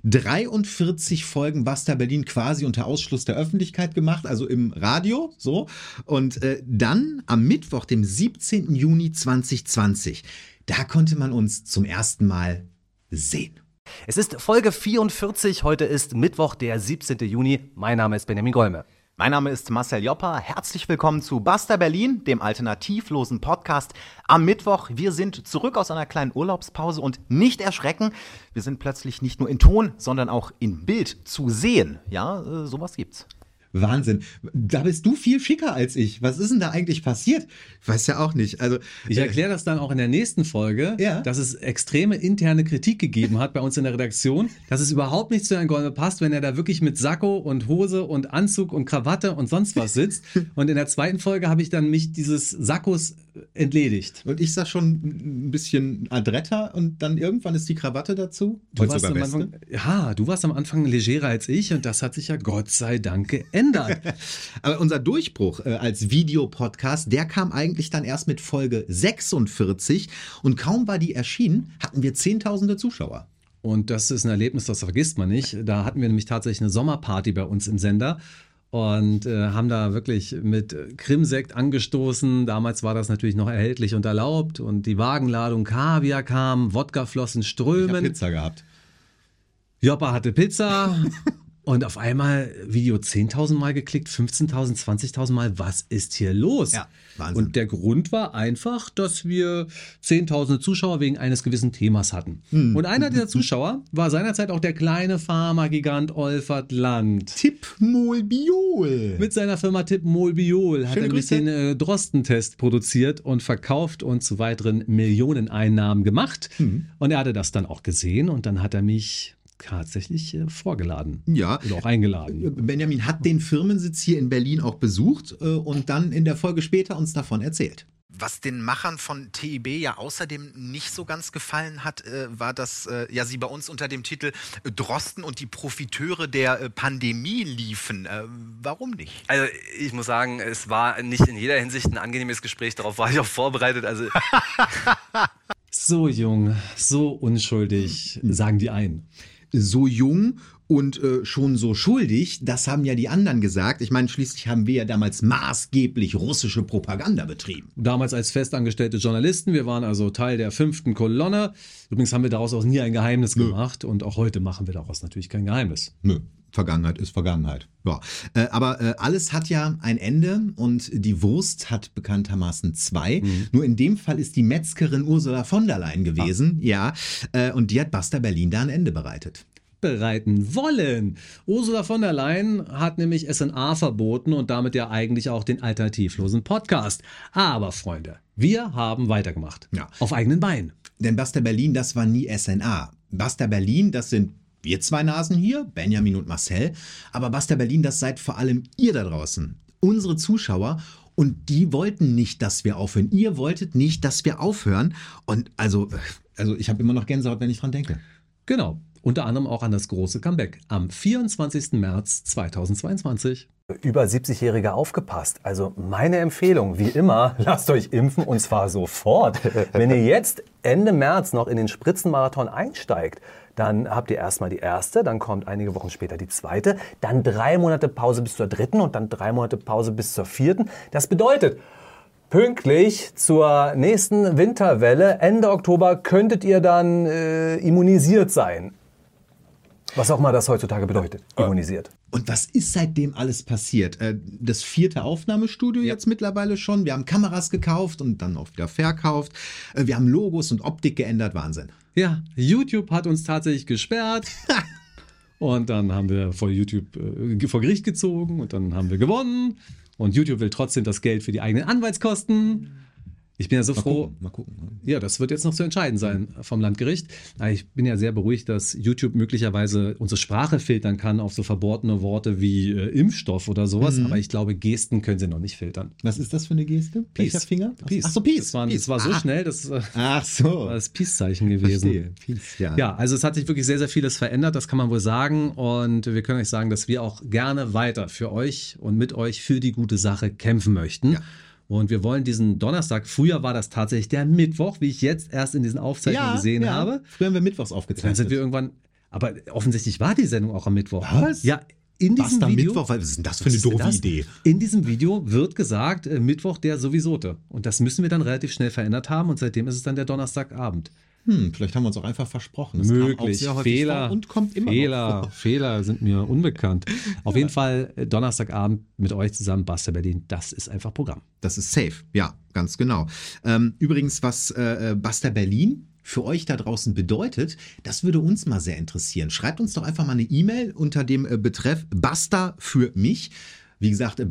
43 Folgen Basta Berlin quasi unter Ausschluss der Öffentlichkeit gemacht, also im Radio, so. Und dann am Mittwoch, dem 17. Juni 2020, da konnte man uns zum ersten Mal sehen. Es ist Folge 44, heute ist Mittwoch, der 17. Juni. Mein Name ist Benjamin Golme. Mein Name ist Marcel Joppa. Herzlich willkommen zu Basta Berlin, dem alternativlosen Podcast am Mittwoch. Wir sind zurück aus einer kleinen Urlaubspause und nicht erschrecken, wir sind plötzlich nicht nur in Ton, sondern auch in Bild zu sehen. Ja, sowas gibt's. Wahnsinn. Da bist du viel schicker als ich. Was ist denn da eigentlich passiert? Ich weiß ja auch nicht. Also ich erkläre das dann auch in der nächsten Folge, dass es extreme interne Kritik gegeben hat bei uns in der Redaktion, dass es überhaupt nicht zu Herrn Golme passt, wenn er da wirklich mit Sakko und Hose und Anzug und Krawatte und sonst was sitzt. Und in der zweiten Folge habe ich dann mich dieses Sakkos entledigt. Und ich sag schon ein bisschen adretter und dann irgendwann ist die Krawatte dazu. Du warst am Anfang legerer als ich und das hat sich ja Gott sei Dank geändert. Aber unser Durchbruch als Videopodcast, der kam eigentlich dann erst mit Folge 46 und kaum war die erschienen, hatten wir Zehntausende Zuschauer. Und das ist ein Erlebnis, das vergisst man nicht. Da hatten wir nämlich tatsächlich eine Sommerparty bei uns im Sender und haben da wirklich mit Krimsekt angestoßen. Damals war das natürlich noch erhältlich und erlaubt und die Wagenladung Kaviar kam, Wodka flossen Strömen. Ich habe Pizza gehabt. Joppa hatte Pizza. Und auf einmal Video 10.000 Mal geklickt, 15.000, 20.000 Mal. Was ist hier los? Ja, Wahnsinn. Und der Grund war einfach, dass wir 10.000 Zuschauer wegen eines gewissen Themas hatten. Und einer dieser Zuschauer war seinerzeit auch der kleine Pharmagigant Olfert Land. Tippmolbiol. Mit seiner Firma Tippmolbiol hat er nämlich den Drosten-Test produziert und verkauft und zu weiteren Millioneneinnahmen gemacht. Und er hatte das dann auch gesehen und dann hat er mich tatsächlich vorgeladen. Ja. Oder auch eingeladen. Benjamin hat den Firmensitz hier in Berlin auch besucht und dann in der Folge später uns davon erzählt. Was den Machern von TIB ja außerdem nicht so ganz gefallen hat, war, dass sie bei uns unter dem Titel Drosten und die Profiteure der Pandemie liefen. Warum nicht? Also ich muss sagen, es war nicht in jeder Hinsicht ein angenehmes Gespräch, darauf war ich auch vorbereitet. Also so jung, so unschuldig, sagen die einen. So jung und schon so schuldig, das haben ja die anderen gesagt. Ich meine, schließlich haben wir ja damals maßgeblich russische Propaganda betrieben. Damals als festangestellte Journalisten, wir waren also Teil der 5. Kolonne. Übrigens haben wir daraus auch nie ein Geheimnis gemacht und auch heute machen wir daraus natürlich kein Geheimnis. Nö. Vergangenheit ist Vergangenheit. Ja. Aber alles hat ja ein Ende und die Wurst hat bekanntermaßen 2. Nur in dem Fall ist die Metzgerin Ursula von der Leyen gewesen. Ja. Und die hat Basta Berlin da ein Ende bereiten wollen. Ursula von der Leyen hat nämlich SNA verboten und damit ja eigentlich auch den alternativlosen Podcast. Aber Freunde, wir haben weitergemacht. Ja. Auf eigenen Beinen. Denn Basta Berlin, das war nie SNA. Basta Berlin, das sind wir 2 Nasen hier, Benjamin und Marcel. Aber Basta Berlin, das seid vor allem ihr da draußen. Unsere Zuschauer. Und die wollten nicht, dass wir aufhören. Ihr wolltet nicht, dass wir aufhören. Und also ich habe immer noch Gänsehaut, wenn ich dran denke. Genau. Unter anderem auch an das große Comeback am 24. März 2022. Über 70-Jährige aufgepasst. Also meine Empfehlung, wie immer, lasst euch impfen und zwar sofort. Wenn ihr jetzt Ende März noch in den Spritzenmarathon einsteigt, dann habt ihr erstmal die erste, dann kommt einige Wochen später die zweite, dann 3 Monate Pause bis zur 3. und dann 3 Monate Pause bis zur 4. Das bedeutet, pünktlich zur nächsten Winterwelle, Ende Oktober, könntet ihr dann immunisiert sein. Was auch mal das heutzutage bedeutet, immunisiert. Und was ist seitdem alles passiert? Das 4. Aufnahmestudio jetzt mittlerweile schon. Wir haben Kameras gekauft und dann auch wieder verkauft. Wir haben Logos und Optik geändert. Wahnsinn. Ja, YouTube hat uns tatsächlich gesperrt. Und dann haben wir vor YouTube vor Gericht gezogen und dann haben wir gewonnen. Und YouTube will trotzdem das Geld für die eigenen Anwaltskosten. Ich bin ja so froh. Mal gucken. Ja, das wird jetzt noch zu entscheiden sein vom Landgericht. Ich bin ja sehr beruhigt, dass YouTube möglicherweise unsere Sprache filtern kann auf so verbotene Worte wie Impfstoff oder sowas. Aber ich glaube, Gesten können sie noch nicht filtern. Was ist das für eine Geste? Peace. Welcher Finger? Peace. Ach so, Peace. Das war so schnell, das war das Peace-Zeichen gewesen. Verstehe. Peace, ja. Ja, also es hat sich wirklich sehr, sehr vieles verändert, das kann man wohl sagen. Und wir können euch sagen, dass wir auch gerne weiter für euch und mit euch für die gute Sache kämpfen möchten. Ja. Und wir wollen diesen Donnerstag, früher war das tatsächlich der Mittwoch, wie ich jetzt erst in diesen Aufzeichnungen gesehen habe. Früher haben wir mittwochs aufgezeichnet. Dann sind wir irgendwann, aber offensichtlich war die Sendung auch am Mittwoch. Was? Ja, in diesem Video. Mittwoch? Was ist denn das für eine doofe Idee? In diesem Video wird gesagt, Mittwoch der sowiesote. Und das müssen wir dann relativ schnell verändert haben und seitdem ist es dann der Donnerstagabend. Vielleicht haben wir uns auch einfach versprochen. Das möglich. Fehler und kommt immer noch vor. Fehler sind mir unbekannt. Auf jeden Fall Donnerstagabend mit euch zusammen, Basta Berlin. Das ist einfach Programm. Das ist safe. Ja, ganz genau. Übrigens, was Basta Berlin für euch da draußen bedeutet, das würde uns mal sehr interessieren. Schreibt uns doch einfach mal eine E-Mail unter dem Betreff Basta für mich. Wie gesagt,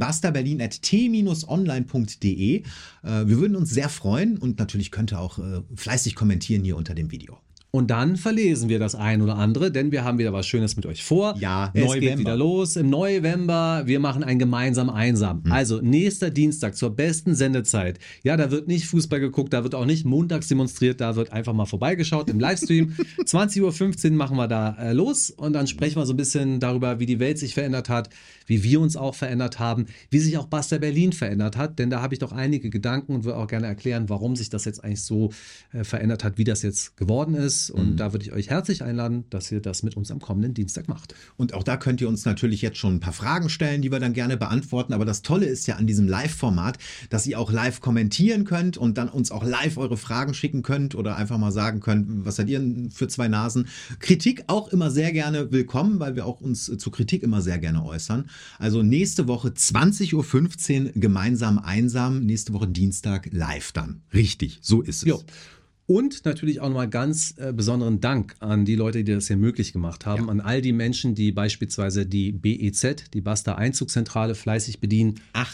bastaberlin@t-online.de. Wir würden uns sehr freuen und natürlich könnt ihr auch fleißig kommentieren hier unter dem Video. Und dann verlesen wir das ein oder andere, denn wir haben wieder was Schönes mit euch vor. Ja, es geht wieder los im November. Wir machen ein gemeinsam einsam. Also nächster Dienstag zur besten Sendezeit. Ja, da wird nicht Fußball geguckt, da wird auch nicht montags demonstriert, da wird einfach mal vorbeigeschaut im Livestream. 20:15 Uhr machen wir da los und dann sprechen wir so ein bisschen darüber, wie die Welt sich verändert hat, wie wir uns auch verändert haben, wie sich auch Basta Berlin verändert hat, denn da habe ich doch einige Gedanken und würde auch gerne erklären, warum sich das jetzt eigentlich so verändert hat, wie das jetzt geworden ist. Und da würde ich euch herzlich einladen, dass ihr das mit uns am kommenden Dienstag macht. Und auch da könnt ihr uns natürlich jetzt schon ein paar Fragen stellen, die wir dann gerne beantworten. Aber das Tolle ist ja an diesem Live-Format, dass ihr auch live kommentieren könnt und dann uns auch live eure Fragen schicken könnt oder einfach mal sagen könnt, was seid ihr denn für 2 Nasen? Kritik auch immer sehr gerne willkommen, weil wir auch uns zu Kritik immer sehr gerne äußern. Also nächste Woche 20:15 Uhr gemeinsam einsam, nächste Woche Dienstag live dann. Richtig, so ist es. Jo. Und natürlich auch nochmal ganz besonderen Dank an die Leute, die das hier möglich gemacht haben, an all die Menschen, die beispielsweise die BEZ, die Basta Einzugszentrale, fleißig bedienen.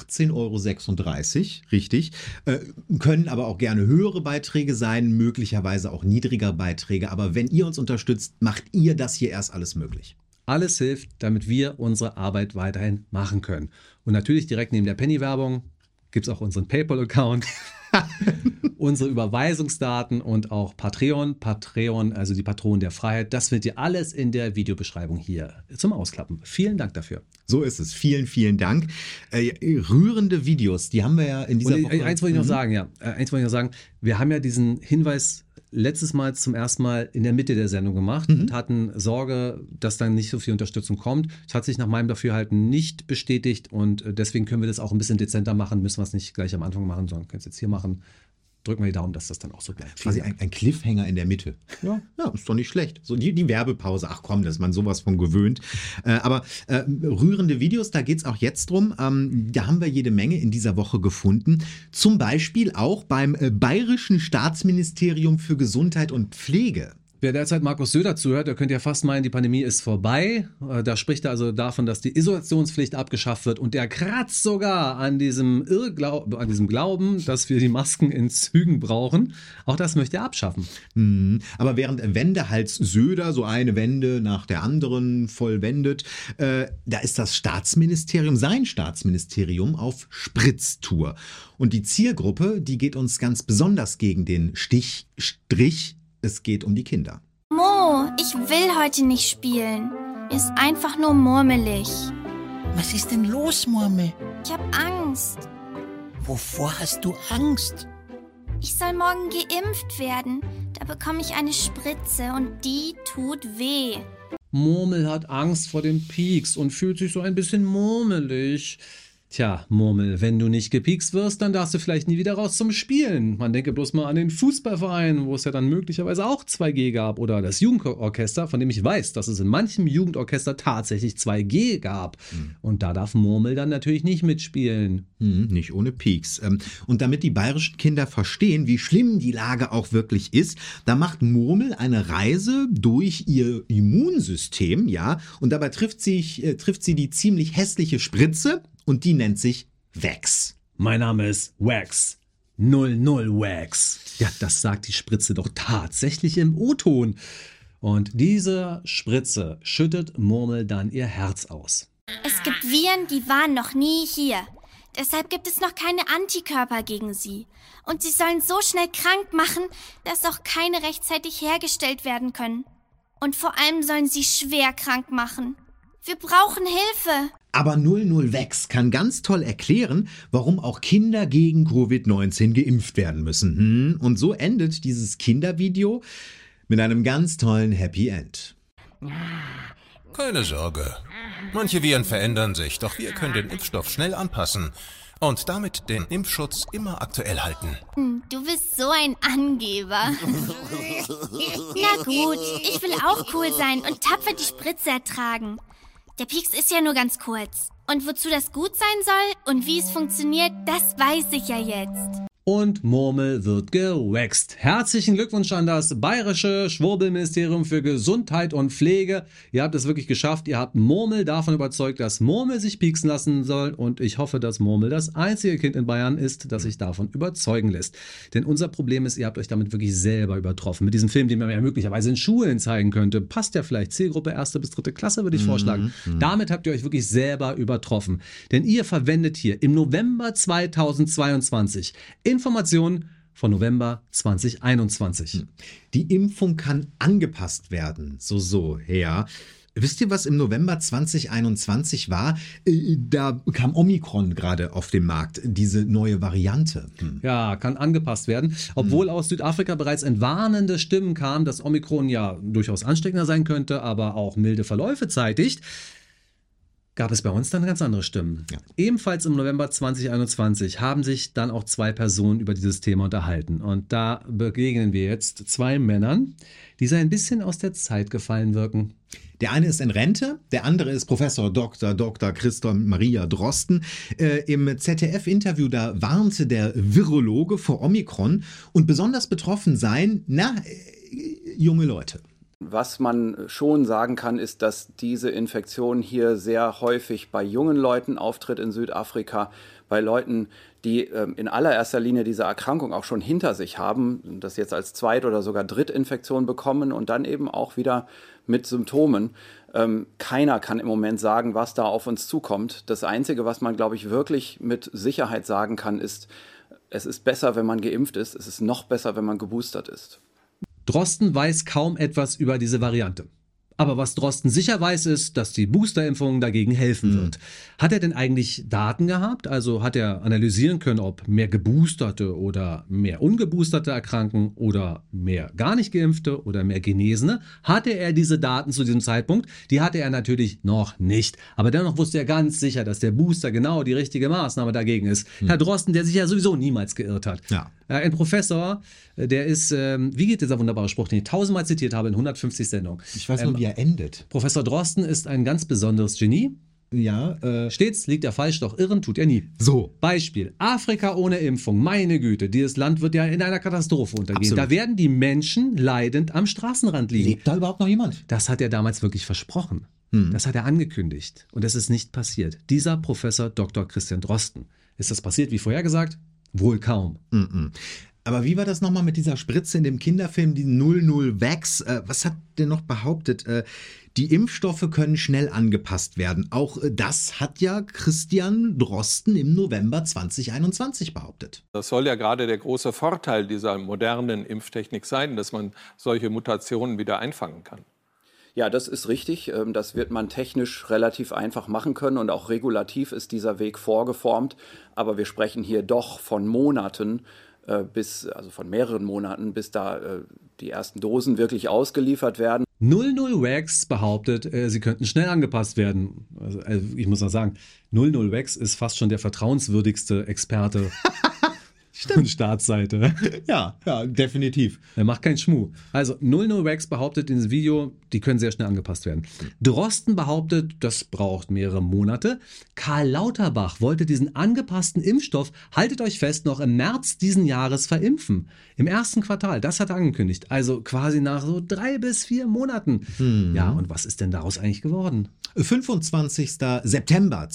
18,36 €, richtig. Können aber auch gerne höhere Beiträge sein, möglicherweise auch niedriger Beiträge. Aber wenn ihr uns unterstützt, macht ihr das hier erst alles möglich. Alles hilft, damit wir unsere Arbeit weiterhin machen können. Und natürlich direkt neben der Penny-Werbung gibt es auch unseren PayPal-Account. Unsere Überweisungsdaten und auch Patreon, also die Patronen der Freiheit, das findet ihr alles in der Videobeschreibung hier zum Ausklappen. Vielen Dank dafür. So ist es. Vielen, vielen Dank. Rührende Videos, die haben wir ja in dieser Woche. Eins wollte ich noch sagen, wir haben ja diesen Hinweis letztes Mal zum ersten Mal in der Mitte der Sendung gemacht und hatten Sorge, dass dann nicht so viel Unterstützung kommt. Das hat sich nach meinem Dafürhalten nicht bestätigt und deswegen können wir das auch ein bisschen dezenter machen, müssen wir es nicht gleich am Anfang machen, sondern können es jetzt hier machen. Drücken wir die Daumen, dass das dann auch so bleibt. Quasi ein Cliffhanger in der Mitte. Ja, ist doch nicht schlecht. So die Werbepause, ach komm, da ist man sowas von gewöhnt. Aber rührende Videos, da geht es auch jetzt drum. Da haben wir jede Menge in dieser Woche gefunden. Zum Beispiel auch beim Bayerischen Staatsministerium für Gesundheit und Pflege. Wer derzeit Markus Söder zuhört, der könnte ja fast meinen, die Pandemie ist vorbei. Da spricht er also davon, dass die Isolationspflicht abgeschafft wird und der kratzt sogar an diesem Glauben, dass wir die Masken in Zügen brauchen. Auch das möchte er abschaffen. Aber während Wendehals Söder so eine Wende nach der anderen vollwendet, da ist das Staatsministerium, sein Staatsministerium, auf Spritztour. Und die Zielgruppe, die geht uns ganz besonders gegen den Strich. Es geht um die Kinder. Mo, ich will heute nicht spielen. Ist einfach nur murmelig. Was ist denn los, Murmel? Ich hab Angst. Wovor hast du Angst? Ich soll morgen geimpft werden. Da bekomme ich eine Spritze und die tut weh. Murmel hat Angst vor den Pieks und fühlt sich so ein bisschen murmelig. Tja, Murmel, wenn du nicht gepiekst wirst, dann darfst du vielleicht nie wieder raus zum Spielen. Man denke bloß mal an den Fußballverein, wo es ja dann möglicherweise auch 2G gab. Oder das Jugendorchester, von dem ich weiß, dass es in manchem Jugendorchester tatsächlich 2G gab. Und da darf Murmel dann natürlich nicht mitspielen. Nicht ohne Pieks. Und damit die bayerischen Kinder verstehen, wie schlimm die Lage auch wirklich ist, da macht Murmel eine Reise durch ihr Immunsystem, ja. Und dabei trifft sie die ziemlich hässliche Spritze. Und die nennt sich Wax. Mein Name ist Wax. 00 Wax. Ja, das sagt die Spritze doch tatsächlich im O-Ton. Und diese Spritze schüttet Murmel dann ihr Herz aus. Es gibt Viren, die waren noch nie hier. Deshalb gibt es noch keine Antikörper gegen sie. Und sie sollen so schnell krank machen, dass auch keine rechtzeitig hergestellt werden können. Und vor allem sollen sie schwer krank machen. Wir brauchen Hilfe. Aber 00 Wax kann ganz toll erklären, warum auch Kinder gegen Covid-19 geimpft werden müssen. Und so endet dieses Kindervideo mit einem ganz tollen Happy End. Keine Sorge. Manche Viren verändern sich, doch wir können den Impfstoff schnell anpassen und damit den Impfschutz immer aktuell halten. Du bist so ein Angeber. Na gut, ich will auch cool sein und tapfer die Spritze ertragen. Der Pieks ist ja nur ganz kurz. Und wozu das gut sein soll und wie es funktioniert, das weiß ich ja jetzt. Und Murmel wird gewaxt. Herzlichen Glückwunsch an das Bayerische Schwurbelministerium für Gesundheit und Pflege. Ihr habt es wirklich geschafft. Ihr habt Murmel davon überzeugt, dass Murmel sich pieksen lassen soll. Und ich hoffe, dass Murmel das einzige Kind in Bayern ist, das sich davon überzeugen lässt. Denn unser Problem ist, ihr habt euch damit wirklich selber übertroffen. Mit diesem Film, den man ja möglicherweise in Schulen zeigen könnte. Passt ja vielleicht Zielgruppe 1. bis 3. Klasse, würde ich vorschlagen. Damit habt ihr euch wirklich selber übertroffen. Denn ihr verwendet hier im November 2022 Informationen von November 2021. Die Impfung kann angepasst werden. Ja. Wisst ihr, was im November 2021 war? Da kam Omikron gerade auf den Markt, diese neue Variante. Ja, kann angepasst werden. Obwohl aus Südafrika bereits entwarnende Stimmen kamen, dass Omikron ja durchaus ansteckender sein könnte, aber auch milde Verläufe zeitigt, gab es bei uns dann ganz andere Stimmen. Ja. Ebenfalls im November 2021 haben sich dann auch 2 Personen über dieses Thema unterhalten. Und da begegnen wir jetzt 2 Männern, die so ein bisschen aus der Zeit gefallen wirken. Der eine ist in Rente, der andere ist Professor Dr. Christoph Maria Drosten. Im ZDF-Interview, da warnte der Virologe vor Omikron und besonders betroffen seien, junge Leute. Was man schon sagen kann, ist, dass diese Infektion hier sehr häufig bei jungen Leuten auftritt in Südafrika, bei Leuten, die in allererster Linie diese Erkrankung auch schon hinter sich haben, das jetzt als Zweit- oder sogar Drittinfektion bekommen und dann eben auch wieder mit Symptomen. Keiner kann im Moment sagen, was da auf uns zukommt. Das Einzige, was man, glaube ich, wirklich mit Sicherheit sagen kann, ist, es ist besser, wenn man geimpft ist. Es ist noch besser, wenn man geboostert ist. Drosten weiß kaum etwas über diese Variante. Aber was Drosten sicher weiß, ist, dass die Boosterimpfung dagegen helfen wird. Hat er denn eigentlich Daten gehabt? Also hat er analysieren können, ob mehr Geboosterte oder mehr Ungeboosterte erkranken oder mehr gar nicht Geimpfte oder mehr Genesene? Hatte er diese Daten zu diesem Zeitpunkt? Die hatte er natürlich noch nicht. Aber dennoch wusste er ganz sicher, dass der Booster genau die richtige Maßnahme dagegen ist. Herr Drosten, der sich ja sowieso niemals geirrt hat. Ja. Ein Professor, der ist, wie geht dieser wunderbare Spruch, den ich 1000-mal zitiert habe in 150 Sendungen. Ich weiß nur, wie er endet. Professor Drosten ist ein ganz besonderes Genie. Ja, Stets liegt er falsch, doch irren tut er nie. So. Beispiel, Afrika ohne Impfung, meine Güte, dieses Land wird ja in einer Katastrophe untergehen. Absolut. Da werden die Menschen leidend am Straßenrand liegen. Lebt da überhaupt noch jemand? Das hat er damals wirklich versprochen. Das hat er angekündigt. Und es ist nicht passiert. Dieser Professor Dr. Christian Drosten. Ist das passiert, wie vorhergesagt? Wohl kaum. Aber wie war das nochmal mit dieser Spritze in dem Kinderfilm, die 00 Vax? Was hat der noch behauptet? Die Impfstoffe können schnell angepasst werden. Auch das hat ja Christian Drosten im November 2021 behauptet. Das soll ja gerade der große Vorteil dieser modernen Impftechnik sein, dass man solche Mutationen wieder einfangen kann. Ja, das ist richtig. Das wird man technisch relativ einfach machen können und auch regulativ ist dieser Weg vorgeformt. Aber wir sprechen hier doch von Monaten, also von mehreren Monaten, bis da die ersten Dosen wirklich ausgeliefert werden. 00 Vax behauptet, sie könnten schnell angepasst werden. Also ich muss mal sagen, 00 Vax ist fast schon der vertrauenswürdigste Experte von Staatsseite. Ja, definitiv. Er macht keinen Schmuh. Also 00 Vax behauptet in diesem Video, die können sehr schnell angepasst werden. Drosten behauptet, das braucht mehrere Monate. Karl Lauterbach wollte diesen angepassten Impfstoff, haltet euch fest, noch im März diesen Jahres verimpfen. Im ersten Quartal, das hat er angekündigt. Also quasi nach so 3 bis 4 Monaten. Ja, und was ist denn daraus eigentlich geworden? 25. September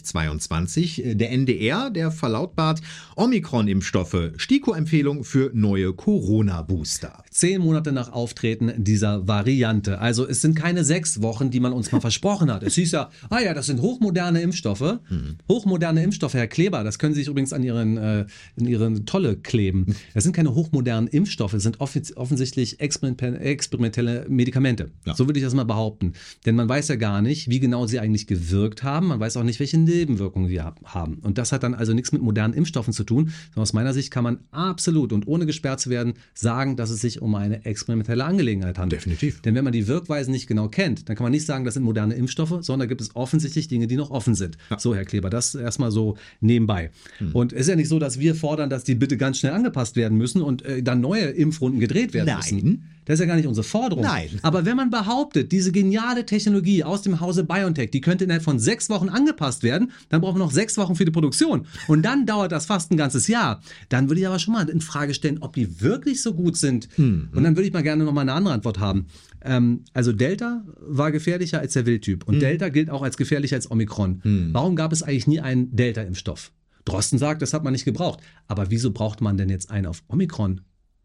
2022. Der NDR, der verlautbart Omikron-Impfstoffe. STIKO-Empfehlung für neue Corona-Booster. 10 Monate nach Auftreten dieser Variante. Also es sind keine 6 Wochen, die man uns mal versprochen hat. Es hieß ja, das sind hochmoderne Impfstoffe. Hochmoderne Impfstoffe, Herr Kleber, das können Sie sich übrigens an in Ihren Tolle kleben. Das sind keine hochmodernen Impfstoffe, das sind offensichtlich experimentelle Medikamente. Ja. So würde ich das mal behaupten. Denn man weiß ja gar nicht, wie genau sie eigentlich gewirkt haben. Man weiß auch nicht, welche Nebenwirkungen sie haben. Und das hat dann also nichts mit modernen Impfstoffen zu tun. Sondern aus meiner Sicht kann man absolut und ohne gesperrt zu werden sagen, dass es sich um eine experimentelle Angelegenheit handelt. Definitiv. Denn wenn man die Wirkweisen nicht genau kennt, dann kann man nicht sagen, das sind moderne Impfstoffe, sondern da gibt es offensichtlich Dinge, die noch offen sind. Ja. So, Herr Kleber, das erstmal so nebenbei. Und es ist ja nicht so, dass wir fordern, dass die bitte ganz schnell angepasst werden müssen und dann neue Impfrunden gedreht werden müssen. Das ist ja gar nicht unsere Forderung. Nein. Aber wenn man behauptet, diese geniale Technologie aus dem Hause BioNTech, die könnte innerhalb von 6 Wochen angepasst werden, dann brauchen wir noch 6 Wochen für die Produktion. Und dann dauert das fast ein ganzes Jahr. Dann würde ich aber schon mal in Frage stellen, ob die wirklich so gut sind. Und dann würde ich mal gerne noch mal eine andere Antwort haben. Also Delta war gefährlicher als der Wildtyp. Und Delta gilt auch als gefährlicher als Omikron. Warum gab es eigentlich nie einen Delta-Impfstoff? Drosten sagt, das hat man nicht gebraucht. Aber wieso braucht man denn jetzt einen auf Omikron?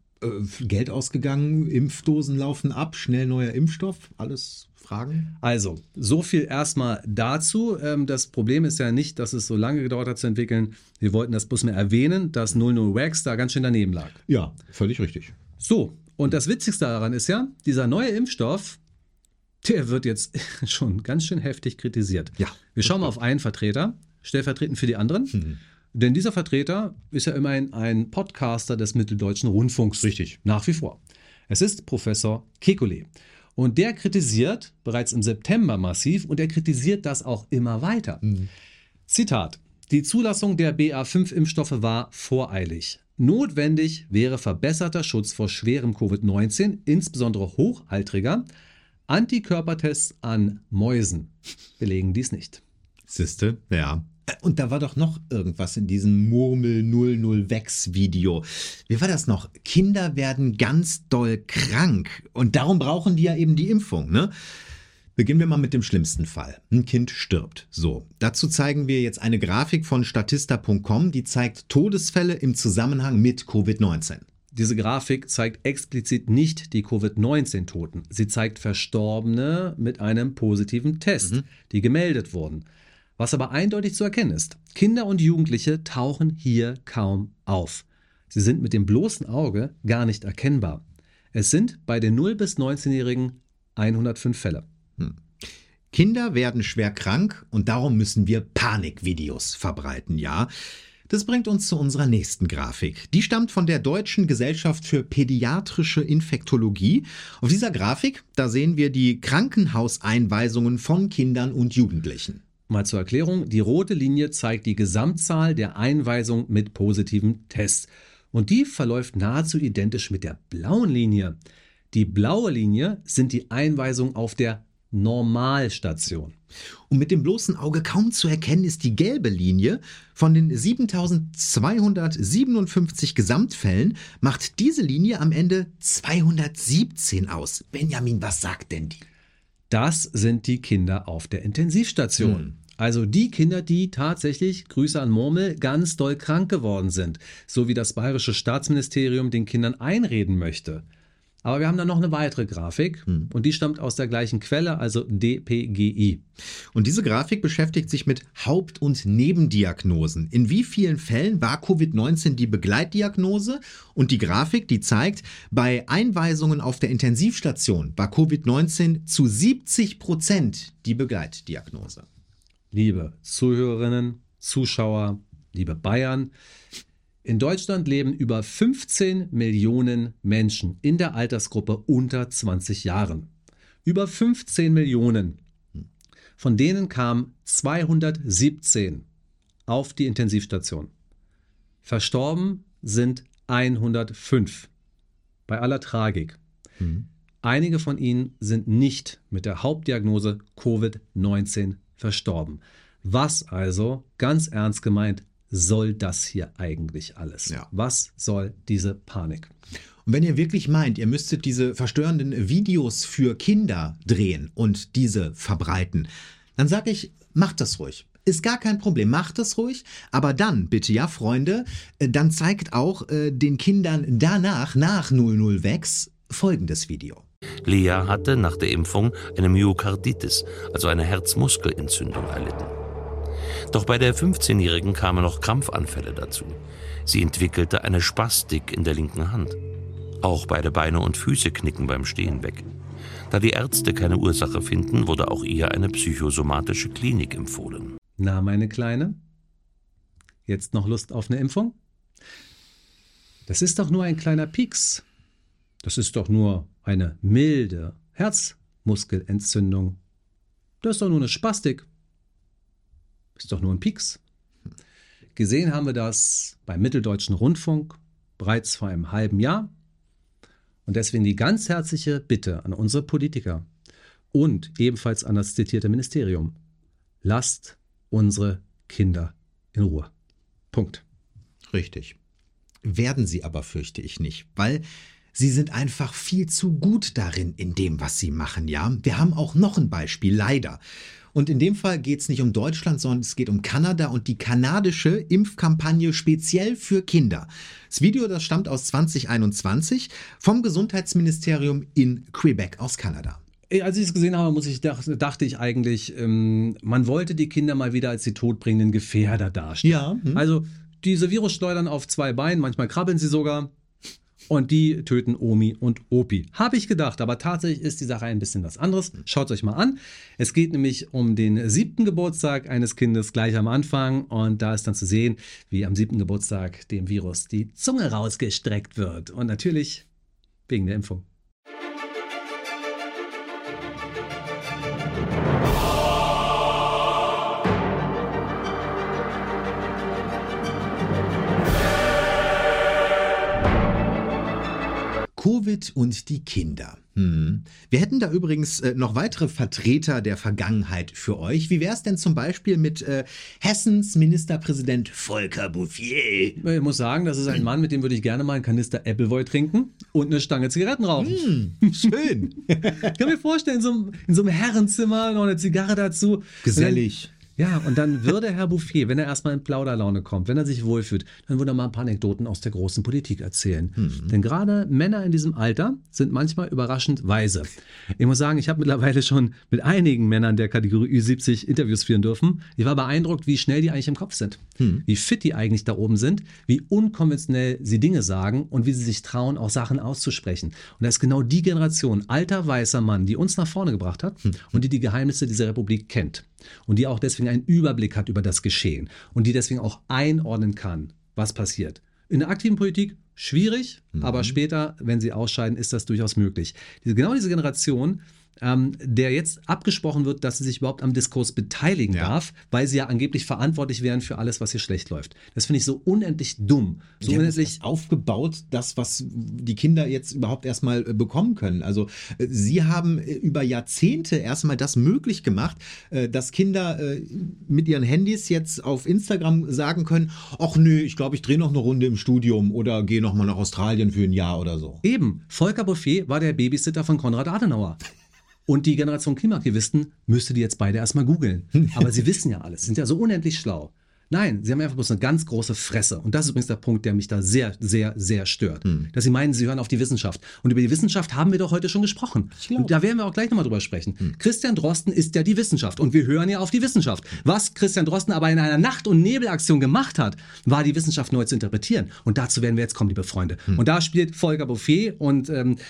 Geld ausgegangen, Impfdosen laufen ab, schnell neuer Impfstoff, alles Fragen? Also, so viel erstmal dazu. Das Problem ist ja nicht, dass es so lange gedauert hat zu entwickeln. Wir wollten das bloß mehr erwähnen, dass 00 Vax da ganz schön daneben lag. Ja, völlig richtig. So, und das Witzigste daran ist ja, dieser neue Impfstoff, der wird jetzt schon ganz schön heftig kritisiert. Ja. Wir schauen mal auf einen Vertreter, stellvertretend für die anderen. Denn dieser Vertreter ist ja immerhin ein Podcaster des Mitteldeutschen Rundfunks. Richtig. Nach wie vor. Es ist Professor Kekulé. Und der kritisiert bereits im September massiv und er kritisiert das auch immer weiter. Zitat: Die Zulassung der BA5-Impfstoffe war voreilig. Notwendig wäre verbesserter Schutz vor schwerem Covid-19, insbesondere hochaltriger. Antikörpertests an Mäusen belegen dies nicht. Siehste, ja. Und da war doch noch irgendwas in diesem Murmel 00 Vax Video. Wie war das noch? Kinder werden ganz doll krank und darum brauchen die ja eben die Impfung, ne? Beginnen wir mal mit dem schlimmsten Fall. Ein Kind stirbt. So, dazu zeigen wir jetzt eine Grafik von Statista.com, die zeigt Todesfälle im Zusammenhang mit Covid-19. Diese Grafik zeigt explizit nicht die Covid-19-Toten. Sie zeigt Verstorbene mit einem positiven Test, die gemeldet wurden. Was aber eindeutig zu erkennen ist, Kinder und Jugendliche tauchen hier kaum auf. Sie sind mit dem bloßen Auge gar nicht erkennbar. Es sind bei den 0- bis 19-Jährigen 105 Fälle. Kinder werden schwer krank und darum müssen wir Panikvideos verbreiten, ja. Das bringt uns zu unserer nächsten Grafik. Die stammt von der Deutschen Gesellschaft für Pädiatrische Infektologie. Auf dieser Grafik, da sehen wir die Krankenhauseinweisungen von Kindern und Jugendlichen. Mal zur Erklärung, die rote Linie zeigt die Gesamtzahl der Einweisungen mit positiven Tests. Und die verläuft nahezu identisch mit der blauen Linie. Die blaue Linie sind die Einweisungen auf der Normalstation. Und mit dem bloßen Auge kaum zu erkennen ist die gelbe Linie. Von den 7.257 Gesamtfällen macht diese Linie am Ende 217 aus. Benjamin, was sagt denn die? Das sind die Kinder auf der Intensivstation. Also die Kinder, die tatsächlich, Grüße an Murmel, ganz doll krank geworden sind. So wie das Bayerische Staatsministerium den Kindern einreden möchte. Aber wir haben dann noch eine weitere Grafik und die stammt aus der gleichen Quelle, also DPGI. Und diese Grafik beschäftigt sich mit Haupt- und Nebendiagnosen. In wie vielen Fällen war Covid-19 die Begleitdiagnose? Und die Grafik, die zeigt, bei Einweisungen auf der Intensivstation war Covid-19 zu 70% die Begleitdiagnose. Liebe Zuhörerinnen, Zuschauer, liebe Bayern, in Deutschland leben über 15 Millionen Menschen in der Altersgruppe unter 20 Jahren. Über 15 Millionen. Von denen kamen 217 auf die Intensivstation. Verstorben sind 105. Bei aller Tragik. Einige von ihnen sind nicht mit der Hauptdiagnose Covid-19 verstorben. Was also, ganz ernst gemeint, soll das hier eigentlich alles? Ja. Was soll diese Panik? Und wenn ihr wirklich meint, ihr müsstet diese verstörenden Videos für Kinder drehen und diese verbreiten, dann sage ich, macht das ruhig. Ist gar kein Problem, macht das ruhig. Aber dann, bitte, ja, Freunde, dann zeigt auch den Kindern danach, nach 00Vex, folgendes Video. Lea hatte nach der Impfung eine Myokarditis, also eine Herzmuskelentzündung, erlitten. Doch bei der 15-Jährigen kamen noch Krampfanfälle dazu. Sie entwickelte eine Spastik in der linken Hand. Auch beide Beine und Füße knicken beim Stehen weg. Da die Ärzte keine Ursache finden, wurde auch ihr eine psychosomatische Klinik empfohlen. Na, meine Kleine? Jetzt noch Lust auf eine Impfung? Das ist doch nur ein kleiner Pieks. Das ist doch nur eine milde Herzmuskelentzündung. Das ist doch nur eine Spastik. Ist doch nur ein Pieks. Gesehen haben wir das beim Mitteldeutschen Rundfunk bereits vor einem halben Jahr. Und deswegen die ganz herzliche Bitte an unsere Politiker und ebenfalls an das zitierte Ministerium. Lasst unsere Kinder in Ruhe. Punkt. Richtig. Werden sie aber, fürchte ich nicht, weil sie sind einfach viel zu gut darin, in dem, was sie machen, ja. Wir haben auch noch ein Beispiel, leider. Und in dem Fall geht es nicht um Deutschland, sondern es geht um Kanada und die kanadische Impfkampagne speziell für Kinder. Das Video, das stammt aus 2021 vom Gesundheitsministerium in Quebec aus Kanada. Als ich es gesehen habe, dachte ich eigentlich, man wollte die Kinder mal wieder als die todbringenden Gefährder darstellen. Ja. Also diese Virusschleudern auf zwei Beinen, manchmal krabbeln sie sogar. Und die töten Omi und Opi. Habe ich gedacht, aber tatsächlich ist die Sache ein bisschen was anderes. Schaut es euch mal an. Es geht nämlich um den 7. Geburtstag eines Kindes gleich am Anfang. Und da ist dann zu sehen, wie am 7. Geburtstag dem Virus die Zunge rausgestreckt wird. Und natürlich wegen der Impfung. Covid und die Kinder. Wir hätten da übrigens noch weitere Vertreter der Vergangenheit für euch. Wie wäre es denn zum Beispiel mit Hessens Ministerpräsident Volker Bouffier? Ich muss sagen, das ist ein Mann, mit dem würde ich gerne mal einen Kanister Appleboy trinken und eine Stange Zigaretten rauchen. Schön. Ich kann mir vorstellen, in so einem Herrenzimmer noch eine Zigarre dazu. Gesellig. Ja, und dann würde Herr Bouffier, wenn er erstmal in Plauderlaune kommt, wenn er sich wohlfühlt, dann würde er mal ein paar Anekdoten aus der großen Politik erzählen. Denn gerade Männer in diesem Alter sind manchmal überraschend weise. Ich muss sagen, ich habe mittlerweile schon mit einigen Männern der Kategorie Ü70 Interviews führen dürfen. Ich war beeindruckt, wie schnell die eigentlich im Kopf sind, wie fit die eigentlich da oben sind, wie unkonventionell sie Dinge sagen und wie sie sich trauen, auch Sachen auszusprechen. Und das ist genau die Generation, alter, weißer Mann, die uns nach vorne gebracht hat und die Geheimnisse dieser Republik kennt. Und die auch deswegen einen Überblick hat über das Geschehen und die deswegen auch einordnen kann, was passiert. In der aktiven Politik schwierig, aber später, wenn sie ausscheiden, ist das durchaus möglich. Genau diese Generation, der jetzt abgesprochen wird, dass sie sich überhaupt am Diskurs beteiligen darf, weil sie ja angeblich verantwortlich wären für alles, was hier schlecht läuft. Das finde ich so unendlich dumm. So unendlich aufgebaut, das, was die Kinder jetzt überhaupt erstmal bekommen können. Also sie haben über Jahrzehnte erstmal das möglich gemacht, dass Kinder mit ihren Handys jetzt auf Instagram sagen können, ach nö, ich glaube, ich drehe noch eine Runde im Studium oder gehe noch mal nach Australien für ein Jahr oder so. Eben, Volker Bouffier war der Babysitter von Konrad Adenauer. Und die Generation Klimaaktivisten müsste die jetzt beide erstmal googeln. Aber sie wissen ja alles, sind ja so unendlich schlau. Nein, sie haben einfach bloß eine ganz große Fresse. Und das ist übrigens der Punkt, der mich da sehr, sehr, sehr stört. Dass sie meinen, sie hören auf die Wissenschaft. Und über die Wissenschaft haben wir doch heute schon gesprochen. Und da werden wir auch gleich nochmal drüber sprechen. Christian Drosten ist ja die Wissenschaft. Und wir hören ja auf die Wissenschaft. Was Christian Drosten aber in einer Nacht- und Nebelaktion gemacht hat, war die Wissenschaft neu zu interpretieren. Und dazu werden wir jetzt kommen, liebe Freunde. Und da spielt Volker Bouffier und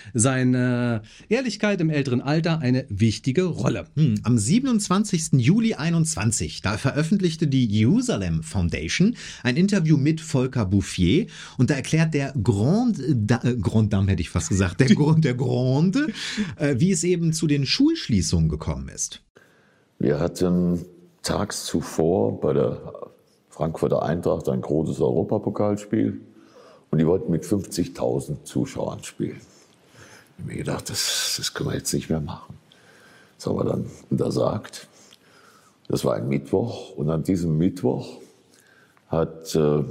seine Ehrlichkeit im älteren Alter eine wichtige Rolle. Am 27. Juli 21, da veröffentlichte die Jerusalem Foundation ein Interview mit Volker Bouffier und da erklärt der Grand Dame, hätte ich fast gesagt, der Grande, wie es eben zu den Schulschließungen gekommen ist. Wir hatten tags zuvor bei der Frankfurter Eintracht ein großes Europapokalspiel und die wollten mit 50.000 Zuschauern spielen. Ich habe mir gedacht, das können wir jetzt nicht mehr machen. Das haben wir dann untersagt. Das war ein Mittwoch und an diesem Mittwoch hat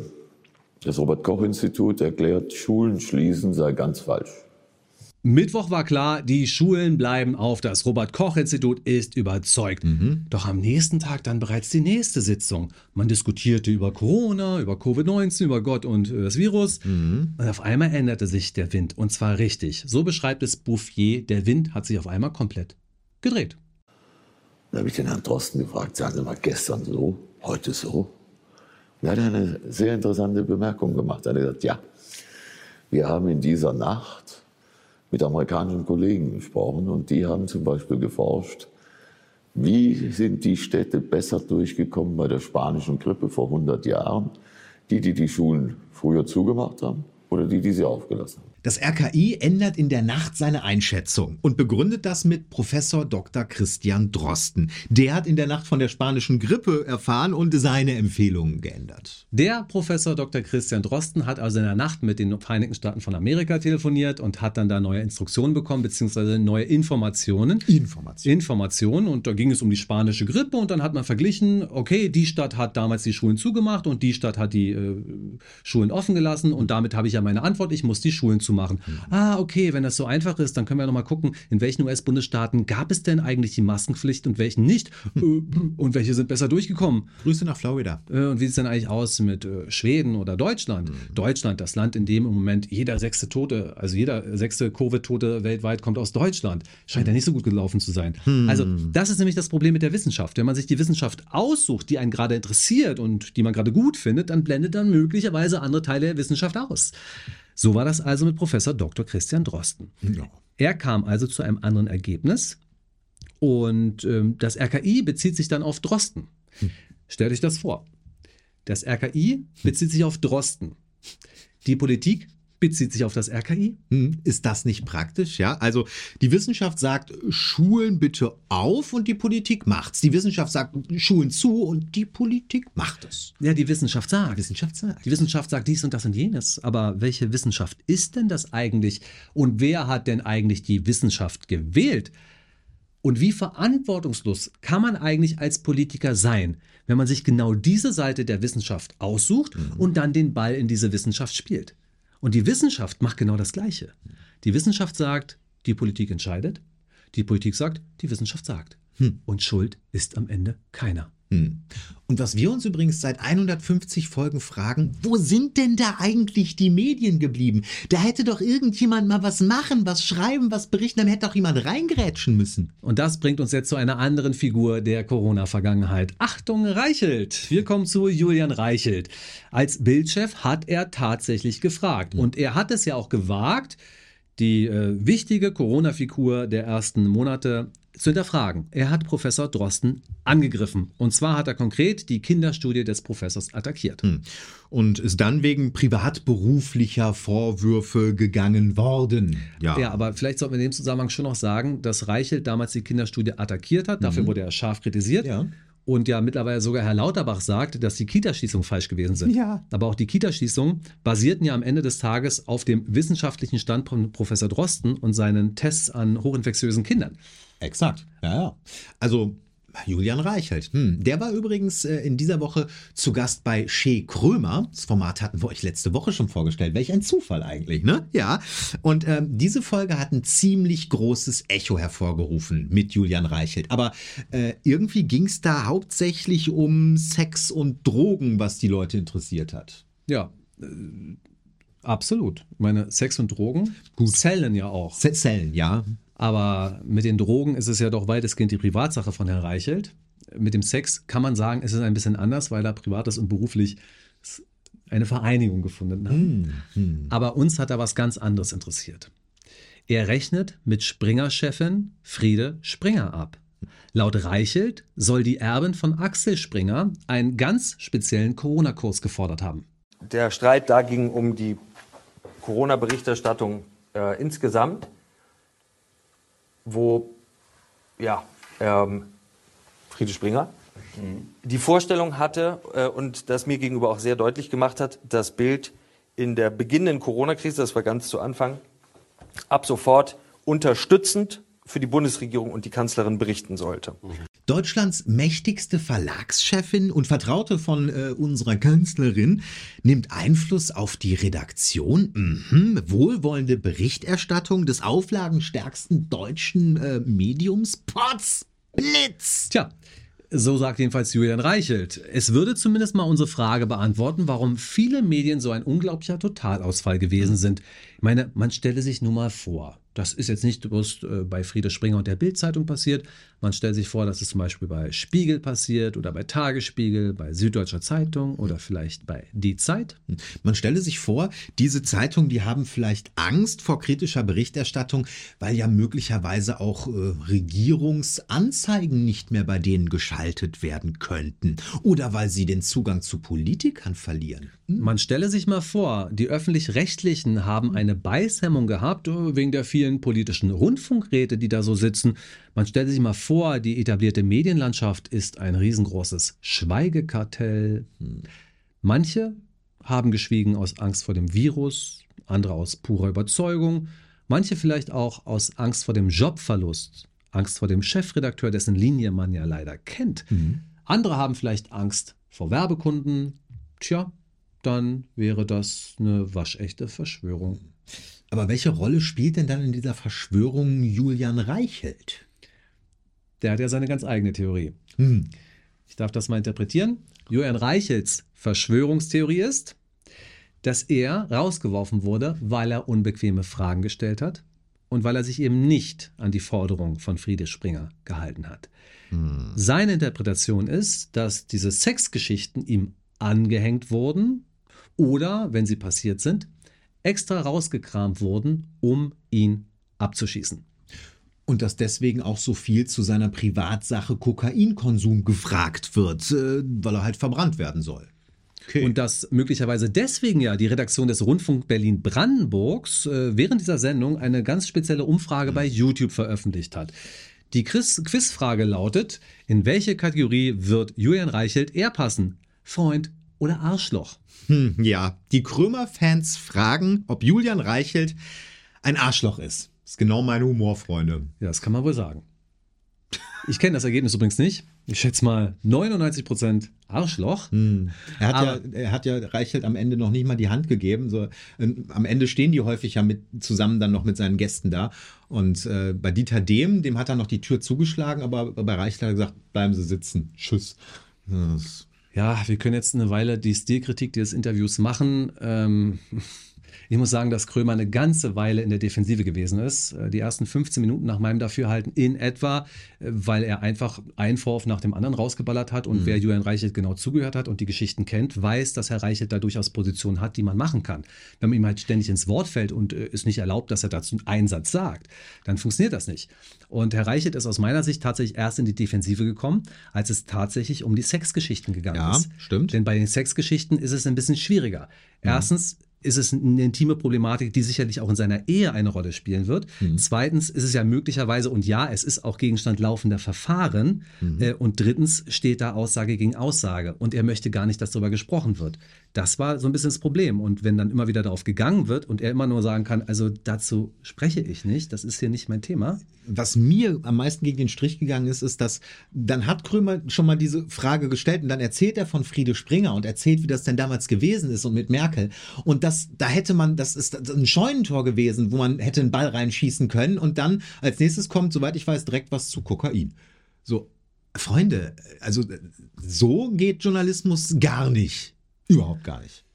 das Robert-Koch-Institut erklärt, Schulen schließen sei ganz falsch. Mittwoch war klar, die Schulen bleiben auf. Das Robert-Koch-Institut ist überzeugt. Doch am nächsten Tag dann bereits die nächste Sitzung. Man diskutierte über Corona, über Covid-19, über Gott und das Virus. Und auf einmal änderte sich der Wind. Und zwar richtig. So beschreibt es Bouffier, der Wind hat sich auf einmal komplett gedreht. Da habe ich den Herrn Drosten gefragt, sagen Sie mal, gestern so, heute so? Und er hat eine sehr interessante Bemerkung gemacht. Er hat gesagt, ja, wir haben in dieser Nacht mit amerikanischen Kollegen gesprochen und die haben zum Beispiel geforscht, wie sind die Städte besser durchgekommen bei der spanischen Grippe vor 100 Jahren, die Schulen früher zugemacht haben oder die sie aufgelassen haben. Das RKI ändert in der Nacht seine Einschätzung und begründet das mit Professor Dr. Christian Drosten. Der hat in der Nacht von der spanischen Grippe erfahren und seine Empfehlungen geändert. Der Professor Dr. Christian Drosten hat also in der Nacht mit den Vereinigten Staaten von Amerika telefoniert und hat dann da neue Instruktionen bekommen, beziehungsweise neue Informationen. Informationen. Und da ging es um die spanische Grippe und dann hat man verglichen, okay, die Stadt hat damals die Schulen zugemacht und die Stadt hat die Schulen offen gelassen und damit habe ich ja meine Antwort, ich muss die Schulen zumachen. Okay, wenn das so einfach ist, dann können wir noch mal gucken, in welchen US-Bundesstaaten gab es denn eigentlich die Maskenpflicht und welchen nicht und welche sind besser durchgekommen. Grüße nach Florida. Und wie sieht es denn eigentlich aus mit Schweden oder Deutschland? Deutschland, das Land, in dem im Moment jeder sechste Covid-Tote weltweit kommt aus Deutschland. Scheint ja nicht so gut gelaufen zu sein. Also das ist nämlich das Problem mit der Wissenschaft. Wenn man sich die Wissenschaft aussucht, die einen gerade interessiert und die man gerade gut findet, dann blendet dann möglicherweise andere Teile der Wissenschaft aus. So war das also mit Professor Dr. Christian Drosten. Ja. Er kam also zu einem anderen Ergebnis und das RKI bezieht sich dann auf Drosten. Stellt euch das vor. Das RKI bezieht sich auf Drosten. Die Politik bezieht sich auf das RKI. Ist das nicht praktisch? Ja, also die Wissenschaft sagt, Schulen bitte auf und die Politik macht's. Die Wissenschaft sagt, Schulen zu und die Politik macht es. Ja, die Wissenschaft sagt. Die Wissenschaft sagt dies und das und jenes. Aber welche Wissenschaft ist denn das eigentlich? Und wer hat denn eigentlich die Wissenschaft gewählt? Und wie verantwortungslos kann man eigentlich als Politiker sein, wenn man sich genau diese Seite der Wissenschaft aussucht und dann den Ball in diese Wissenschaft spielt? Und die Wissenschaft macht genau das Gleiche. Die Wissenschaft sagt, die Politik entscheidet. Die Politik sagt, die Wissenschaft sagt. Und schuld ist am Ende keiner. Und was wir uns übrigens seit 150 Folgen fragen, wo sind denn da eigentlich die Medien geblieben? Da hätte doch irgendjemand mal was machen, was schreiben, was berichten, dann hätte doch jemand reingrätschen müssen. Und das bringt uns jetzt zu einer anderen Figur der Corona-Vergangenheit. Achtung, Reichelt! Wir kommen zu Julian Reichelt. Als Bild-Chef hat er tatsächlich gefragt. Und er hat es ja auch gewagt, die wichtige Corona-Figur der ersten Monate zu hinterfragen. Er hat Professor Drosten angegriffen. Und zwar hat er konkret die Kinderstudie des Professors attackiert. Und ist dann wegen privatberuflicher Vorwürfe gegangen worden. Ja, aber vielleicht sollten wir in dem Zusammenhang schon noch sagen, dass Reichelt damals die Kinderstudie attackiert hat. Dafür wurde er scharf kritisiert. Ja. Und ja mittlerweile sogar Herr Lauterbach sagt, dass die Kitaschließungen falsch gewesen sind. Ja. Aber auch die Kitaschließungen basierten ja am Ende des Tages auf dem wissenschaftlichen Stand von Professor Drosten und seinen Tests an hochinfektiösen Kindern. Exakt, ja. Also Julian Reichelt, der war übrigens in dieser Woche zu Gast bei Shea Krömer. Das Format hatten wir euch letzte Woche schon vorgestellt. Welch ein Zufall eigentlich, ne? Ja. Und diese Folge hat ein ziemlich großes Echo hervorgerufen mit Julian Reichelt. Aber irgendwie ging es da hauptsächlich um Sex und Drogen, was die Leute interessiert hat. Ja, absolut. Ich meine, Sex und Drogen zählen ja auch. Zählen, ja. Aber mit den Drogen ist es ja doch weitestgehend die Privatsache von Herrn Reichelt. Mit dem Sex kann man sagen, es ist ein bisschen anders, weil da Privates und beruflich eine Vereinigung gefunden haben. Aber uns hat da was ganz anderes interessiert. Er rechnet mit Springer-Chefin Friede Springer ab. Laut Reichelt soll die Erbin von Axel Springer einen ganz speziellen Corona-Kurs gefordert haben. Der Streit da ging um die Corona-Berichterstattung insgesamt, wo Friede Springer die Vorstellung hatte und das mir gegenüber auch sehr deutlich gemacht hat, das Bild in der beginnenden Corona-Krise, das war ganz zu Anfang, ab sofort unterstützend für die Bundesregierung und die Kanzlerin berichten sollte. Deutschlands mächtigste Verlagschefin und Vertraute von unserer Kanzlerin nimmt Einfluss auf die Redaktion. Wohlwollende Berichterstattung des auflagenstärksten deutschen Mediums. Potz, Blitz! Tja, so sagt jedenfalls Julian Reichelt. Es würde zumindest mal unsere Frage beantworten, warum viele Medien so ein unglaublicher Totalausfall gewesen sind. Ich meine, man stelle sich nur mal vor, das ist jetzt nicht bloß bei Friede Springer und der Bild-Zeitung passiert. Man stellt sich vor, dass es zum Beispiel bei Spiegel passiert oder bei Tagesspiegel, bei Süddeutscher Zeitung oder vielleicht bei Die Zeit. Man stelle sich vor, diese Zeitungen, die haben vielleicht Angst vor kritischer Berichterstattung, weil ja möglicherweise auch Regierungsanzeigen nicht mehr bei denen geschaltet werden könnten. Oder weil sie den Zugang zu Politikern verlieren. Man stelle sich mal vor, die Öffentlich-Rechtlichen haben eine Beißhemmung gehabt wegen der vielen politischen Rundfunkräte, die da so sitzen. Man stelle sich mal vor, die etablierte Medienlandschaft ist ein riesengroßes Schweigekartell. Manche haben geschwiegen aus Angst vor dem Virus, andere aus purer Überzeugung, manche vielleicht auch aus Angst vor dem Jobverlust, Angst vor dem Chefredakteur, dessen Linie man ja leider kennt. Andere haben vielleicht Angst vor Werbekunden. Tja, dann wäre das eine waschechte Verschwörung. Aber welche Rolle spielt denn dann in dieser Verschwörung Julian Reichelt? Der hat ja seine ganz eigene Theorie. Ich darf das mal interpretieren. Julian Reichelts Verschwörungstheorie ist, dass er rausgeworfen wurde, weil er unbequeme Fragen gestellt hat und weil er sich eben nicht an die Forderung von Friede Springer gehalten hat. Seine Interpretation ist, dass diese Sexgeschichten ihm angehängt wurden oder, wenn sie passiert sind, extra rausgekramt wurden, um ihn abzuschießen. Und dass deswegen auch so viel zu seiner Privatsache Kokainkonsum gefragt wird, weil er halt verbrannt werden soll. Okay. Und dass möglicherweise deswegen ja die Redaktion des Rundfunk Berlin-Brandenburgs während dieser Sendung eine ganz spezielle Umfrage bei YouTube veröffentlicht hat. Die Quizfrage lautet, in welche Kategorie wird Julian Reichelt eher passen? Freund oder Arschloch? Ja, die Krömer-Fans fragen, ob Julian Reichelt ein Arschloch ist. Das ist genau mein Humor, Freunde. Ja, das kann man wohl sagen. Ich kenne das Ergebnis übrigens nicht. Ich schätze mal 99% Arschloch. Er hat ja Reichelt am Ende noch nicht mal die Hand gegeben. So, am Ende stehen die häufig ja zusammen dann noch mit seinen Gästen da. Und bei Dieter Dehm, dem hat er noch die Tür zugeschlagen, aber bei Reichelt hat er gesagt, bleiben Sie sitzen. Tschüss. Ja, wir können jetzt eine Weile die Stilkritik dieses Interviews machen. Ich muss sagen, dass Krömer eine ganze Weile in der Defensive gewesen ist. Die ersten 15 Minuten nach meinem Dafürhalten in etwa, weil er einfach einen Vorwurf nach dem anderen rausgeballert hat. Und wer Julian Reichelt genau zugehört hat und die Geschichten kennt, weiß, dass Herr Reichelt da durchaus Positionen hat, die man machen kann. Wenn man ihm halt ständig ins Wort fällt und es nicht erlaubt, dass er dazu einen Satz sagt, dann funktioniert das nicht. Und Herr Reichelt ist aus meiner Sicht tatsächlich erst in die Defensive gekommen, als es tatsächlich um die Sexgeschichten gegangen ist. Stimmt. Denn bei den Sexgeschichten ist es ein bisschen schwieriger. Erstens ist es eine intime Problematik, die sicherlich auch in seiner Ehe eine Rolle spielen wird. Zweitens ist es ja möglicherweise, und ja, es ist auch Gegenstand laufender Verfahren. Und drittens steht da Aussage gegen Aussage. Und er möchte gar nicht, dass darüber gesprochen wird. Das war so ein bisschen das Problem. Und wenn dann immer wieder darauf gegangen wird und er immer nur sagen kann, also dazu spreche ich nicht, das ist hier nicht mein Thema. Was mir am meisten gegen den Strich gegangen ist, ist, dass dann hat Krömer schon mal diese Frage gestellt und dann erzählt er von Friede Springer und erzählt, wie das denn damals gewesen ist und mit Merkel. Und das ist ein Scheunentor gewesen, wo man hätte einen Ball reinschießen können und dann als nächstes kommt, soweit ich weiß, direkt was zu Kokain. So, Freunde, also so geht Journalismus gar nicht. Überhaupt gar nicht.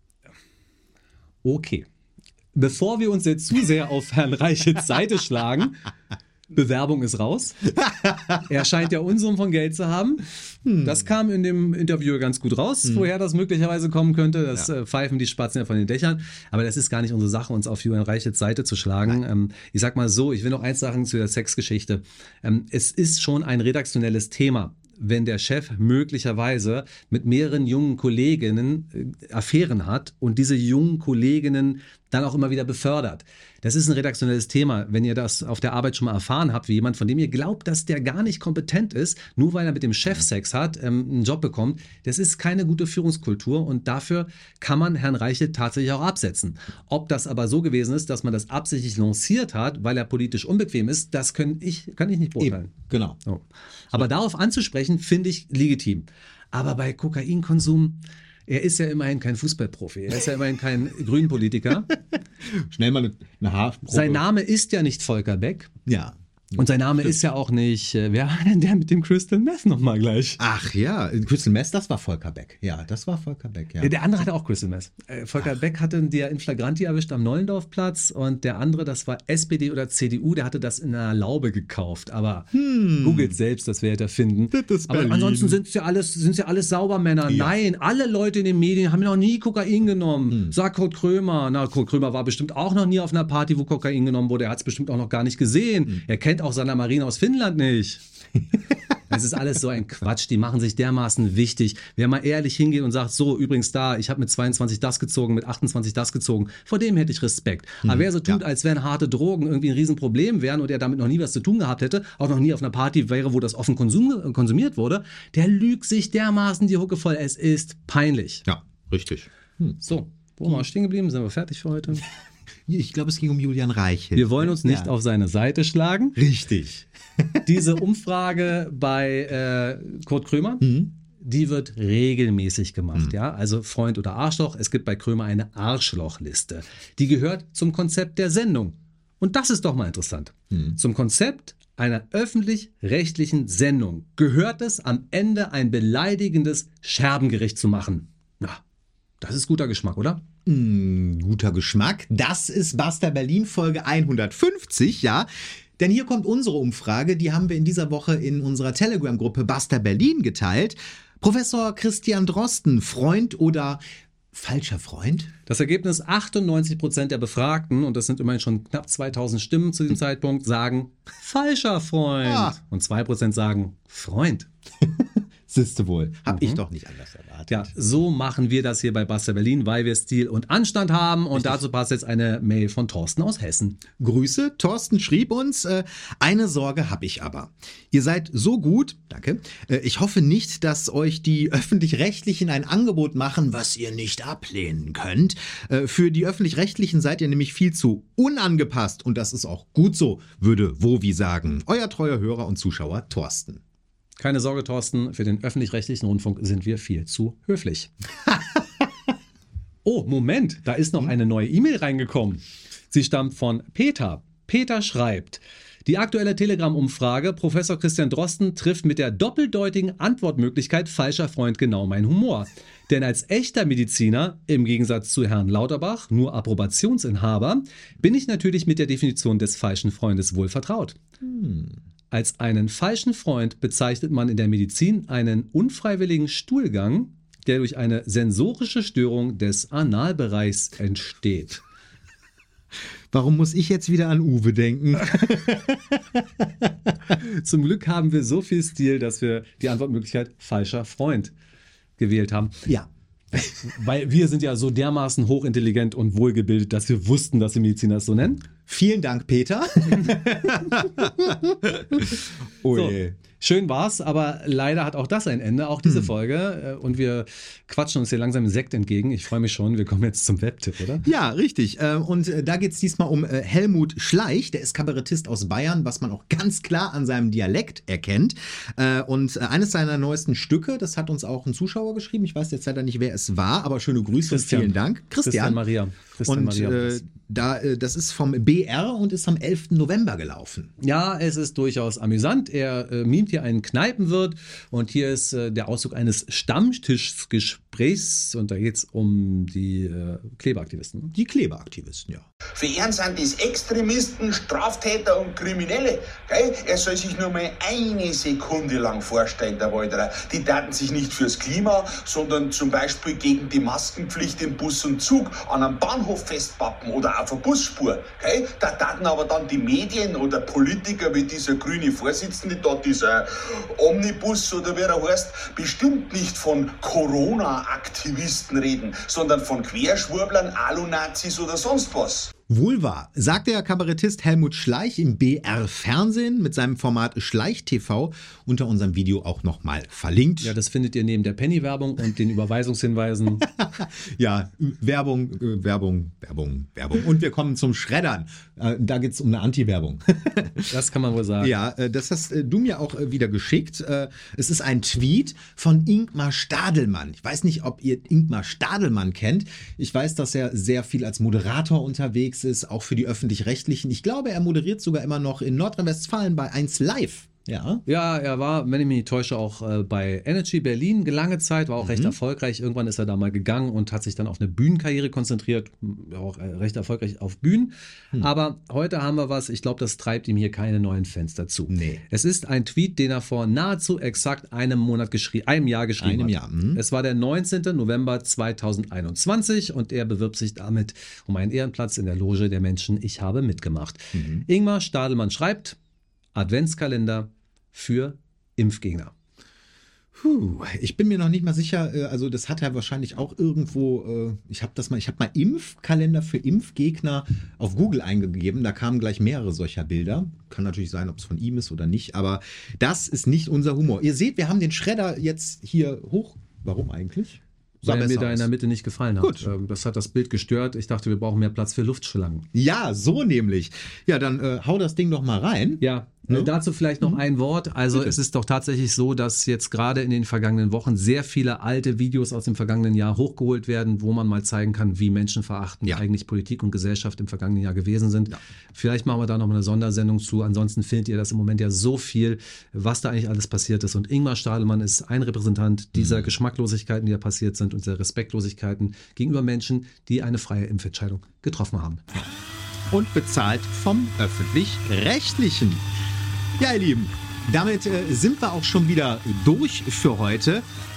Okay. Bevor wir uns jetzt zu sehr auf Herrn Reichelts Seite schlagen, Bewerbung ist raus. Er scheint ja Unsummen von Geld zu haben. Das kam in dem Interview ganz gut raus, woher das möglicherweise kommen könnte. Das pfeifen die Spatzen ja von den Dächern. Aber das ist gar nicht unsere Sache, uns auf Julian Reichelts Seite zu schlagen. Ich sag mal so, ich will noch eins sagen zu der Sexgeschichte. Es ist schon ein redaktionelles Thema, wenn der Chef möglicherweise mit mehreren jungen Kolleginnen Affären hat und diese jungen Kolleginnen dann auch immer wieder befördert. Das ist ein redaktionelles Thema. Wenn ihr das auf der Arbeit schon mal erfahren habt, wie jemand, von dem ihr glaubt, dass der gar nicht kompetent ist, nur weil er mit dem Chef Sex hat, einen Job bekommt, das ist keine gute Führungskultur und dafür kann man Herrn Reichelt tatsächlich auch absetzen. Ob das aber so gewesen ist, dass man das absichtlich lanciert hat, weil er politisch unbequem ist, das kann ich nicht beurteilen. Genau. So. Aber darauf anzusprechen, finde ich legitim. Aber bei Kokainkonsum, er ist ja immerhin kein Fußballprofi, er ist ja immerhin kein Grünpolitiker. Schnell mal eine Haarprobe. Sein Name ist ja nicht Volker Beck. Ja. Und sein Name ist ja auch nicht, wer war denn der mit dem Crystal Meth nochmal gleich? Ach ja, Crystal Meth, das war Volker Beck. Ja, das war Volker Beck, ja. Der andere hatte auch Crystal Meth. Volker Beck hatte den in Flagranti erwischt am Nollendorfplatz und der andere, das war SPD oder CDU, der hatte das in einer Laube gekauft. Aber googelt selbst, das werdet ihr finden. Aber ansonsten sind es ja alles Saubermänner. Ja. Nein, alle Leute in den Medien haben noch nie Kokain genommen. Sagt Kurt Krömer. Na, Kurt Krömer war bestimmt auch noch nie auf einer Party, wo Kokain genommen wurde. Er hat es bestimmt auch noch gar nicht gesehen. Er kennt auch Sanna Marin aus Finnland nicht. Das ist alles so ein Quatsch. Die machen sich dermaßen wichtig. Wer mal ehrlich hingeht und sagt, so, übrigens da, ich habe mit 22 das gezogen, mit 28 das gezogen, vor dem hätte ich Respekt. Aber wer so tut, als wären harte Drogen irgendwie ein Riesenproblem wären und er damit noch nie was zu tun gehabt hätte, auch noch nie auf einer Party wäre, wo das offen konsumiert wurde, der lügt sich dermaßen die Hucke voll. Es ist peinlich. Ja, richtig. So, wo waren wir stehen geblieben? Sind wir fertig für heute? Ich glaube, es ging um Julian Reichelt. Wir wollen uns nicht auf seine Seite schlagen. Richtig. Diese Umfrage bei Kurt Krömer, die wird regelmäßig gemacht. Ja? Also Freund oder Arschloch. Es gibt bei Krömer eine Arschlochliste. Die gehört zum Konzept der Sendung. Und das ist doch mal interessant. Zum Konzept einer öffentlich-rechtlichen Sendung gehört es, am Ende ein beleidigendes Scherbengericht zu machen. Na, das ist guter Geschmack, oder? Guter Geschmack. Das ist Basta Berlin Folge 150, ja. Denn hier kommt unsere Umfrage, die haben wir in dieser Woche in unserer Telegram-Gruppe Basta Berlin geteilt. Professor Christian Drosten, Freund oder falscher Freund? Das Ergebnis: 98% der Befragten, und das sind immerhin schon knapp 2000 Stimmen zu diesem Zeitpunkt, sagen falscher Freund. Und 2% sagen Freund. Siehste wohl. Hab ich doch nicht anders erwartet. Ja, so machen wir das hier bei Basta Berlin, weil wir Stil und Anstand haben. Und dazu passt jetzt eine Mail von Thorsten aus Hessen. Grüße. Thorsten schrieb uns, eine Sorge habe ich aber. Ihr seid so gut, danke. Ich hoffe nicht, dass euch die Öffentlich-Rechtlichen ein Angebot machen, was ihr nicht ablehnen könnt. Für die Öffentlich-Rechtlichen seid ihr nämlich viel zu unangepasst. Und das ist auch gut so, würde Wowi sagen. Euer treuer Hörer und Zuschauer Thorsten. Keine Sorge, Thorsten, für den öffentlich-rechtlichen Rundfunk sind wir viel zu höflich. Oh, Moment, da ist noch eine neue E-Mail reingekommen. Sie stammt von Peter. Peter schreibt: Die aktuelle Telegram-Umfrage, Professor Christian Drosten trifft mit der doppeldeutigen Antwortmöglichkeit falscher Freund genau mein Humor. Denn als echter Mediziner, im Gegensatz zu Herrn Lauterbach, nur Approbationsinhaber, bin ich natürlich mit der Definition des falschen Freundes wohl vertraut. Als einen falschen Freund bezeichnet man in der Medizin einen unfreiwilligen Stuhlgang, der durch eine sensorische Störung des Analbereichs entsteht. Warum muss ich jetzt wieder an Uwe denken? Zum Glück haben wir so viel Stil, dass wir die Antwortmöglichkeit falscher Freund gewählt haben. Ja. Weil wir sind ja so dermaßen hochintelligent und wohlgebildet, dass wir wussten, dass die Mediziner es so nennen. Vielen Dank, Peter. So, schön war's, aber leider hat auch das ein Ende, auch diese Folge. Und wir quatschen uns hier langsam Sekt entgegen. Ich freue mich schon, wir kommen jetzt zum Webtipp, oder? Ja, richtig. Und da geht es diesmal um Helmut Schleich. Der ist Kabarettist aus Bayern, was man auch ganz klar an seinem Dialekt erkennt. Und eines seiner neuesten Stücke, das hat uns auch ein Zuschauer geschrieben. Ich weiß jetzt leider nicht, wer es war, aber schöne Grüße und vielen Dank. Christian Maria. Das ist vom BR und ist am 11. November gelaufen. Ja, es ist durchaus amüsant. Er mimt hier einen Kneipenwirt und hier ist der Auszug eines Stammtischgesprächs und da geht es um die Kleberaktivisten. Die Kleberaktivisten, ja. Für ihn sind das Extremisten, Straftäter und Kriminelle. Gell? Er soll sich nur mal eine Sekunde lang vorstellen, der Walderer. Die taten sich nicht fürs Klima, sondern zum Beispiel gegen die Maskenpflicht im Bus und Zug an einem Bahnhof festpappen oder auf einer Busspur. Gell? Da taten aber dann die Medien oder Politiker wie dieser grüne Vorsitzende, dort dieser Omnibus oder wie er heißt, bestimmt nicht von Corona-Aktivisten reden, sondern von Querschwurblern, Alunazis oder sonst was. Wohl wahr, sagt der Kabarettist Helmut Schleich im BR-Fernsehen mit seinem Format Schleich TV, unter unserem Video auch nochmal verlinkt. Ja, das findet ihr neben der Penny-Werbung und den Überweisungshinweisen. Ja, Werbung. Und wir kommen zum Schreddern. Da geht es um eine Anti-Werbung. Das kann man wohl sagen. Ja, das hast du mir auch wieder geschickt. Es ist ein Tweet von Ingmar Stadelmann. Ich weiß nicht, ob ihr Ingmar Stadelmann kennt. Ich weiß, dass er sehr viel als Moderator unterwegs ist, auch für die Öffentlich-Rechtlichen. Ich glaube, er moderiert sogar immer noch in Nordrhein-Westfalen bei 1 Live. Ja, er war, wenn ich mich nicht täusche, auch bei Energy Berlin lange Zeit, war auch recht erfolgreich. Irgendwann ist er da mal gegangen und hat sich dann auf eine Bühnenkarriere konzentriert, auch recht erfolgreich auf Bühnen. Aber heute haben wir was, ich glaube, das treibt ihm hier keine neuen Fans dazu. Nee. Es ist ein Tweet, den er vor nahezu exakt einem Jahr geschrieben hat. Es war der 19. November 2021 und er bewirbt sich damit um einen Ehrenplatz in der Loge der Menschen Ich habe mitgemacht. Ingmar Stadelmann schreibt: Adventskalender für Impfgegner. Ich bin mir noch nicht mal sicher, also das hat er wahrscheinlich auch irgendwo, ich habe mal Impfkalender für Impfgegner auf Google eingegeben, da kamen gleich mehrere solcher Bilder. Kann natürlich sein, ob es von ihm ist oder nicht, aber das ist nicht unser Humor. Ihr seht, wir haben den Schredder jetzt hier hoch. Warum eigentlich? Weil er mir da in der Mitte nicht gefallen hat. Gut. Das hat das Bild gestört. Ich dachte, wir brauchen mehr Platz für Luftschlangen. Ja, so nämlich. Ja, dann hau das Ding doch mal rein. Ja, dazu vielleicht noch ein Wort. Also es ist doch tatsächlich so, dass jetzt gerade in den vergangenen Wochen sehr viele alte Videos aus dem vergangenen Jahr hochgeholt werden, wo man mal zeigen kann, wie menschenverachtend eigentlich Politik und Gesellschaft im vergangenen Jahr gewesen sind. Ja. Vielleicht machen wir da noch mal eine Sondersendung zu. Ansonsten findet ihr das im Moment ja so viel, was da eigentlich alles passiert ist. Und Ingmar Stadelmann ist ein Repräsentant dieser Geschmacklosigkeiten, die da passiert sind und der Respektlosigkeiten gegenüber Menschen, die eine freie Impfentscheidung getroffen haben. Und bezahlt vom Öffentlich-Rechtlichen. Ja, ihr Lieben, damit sind wir auch schon wieder durch für heute.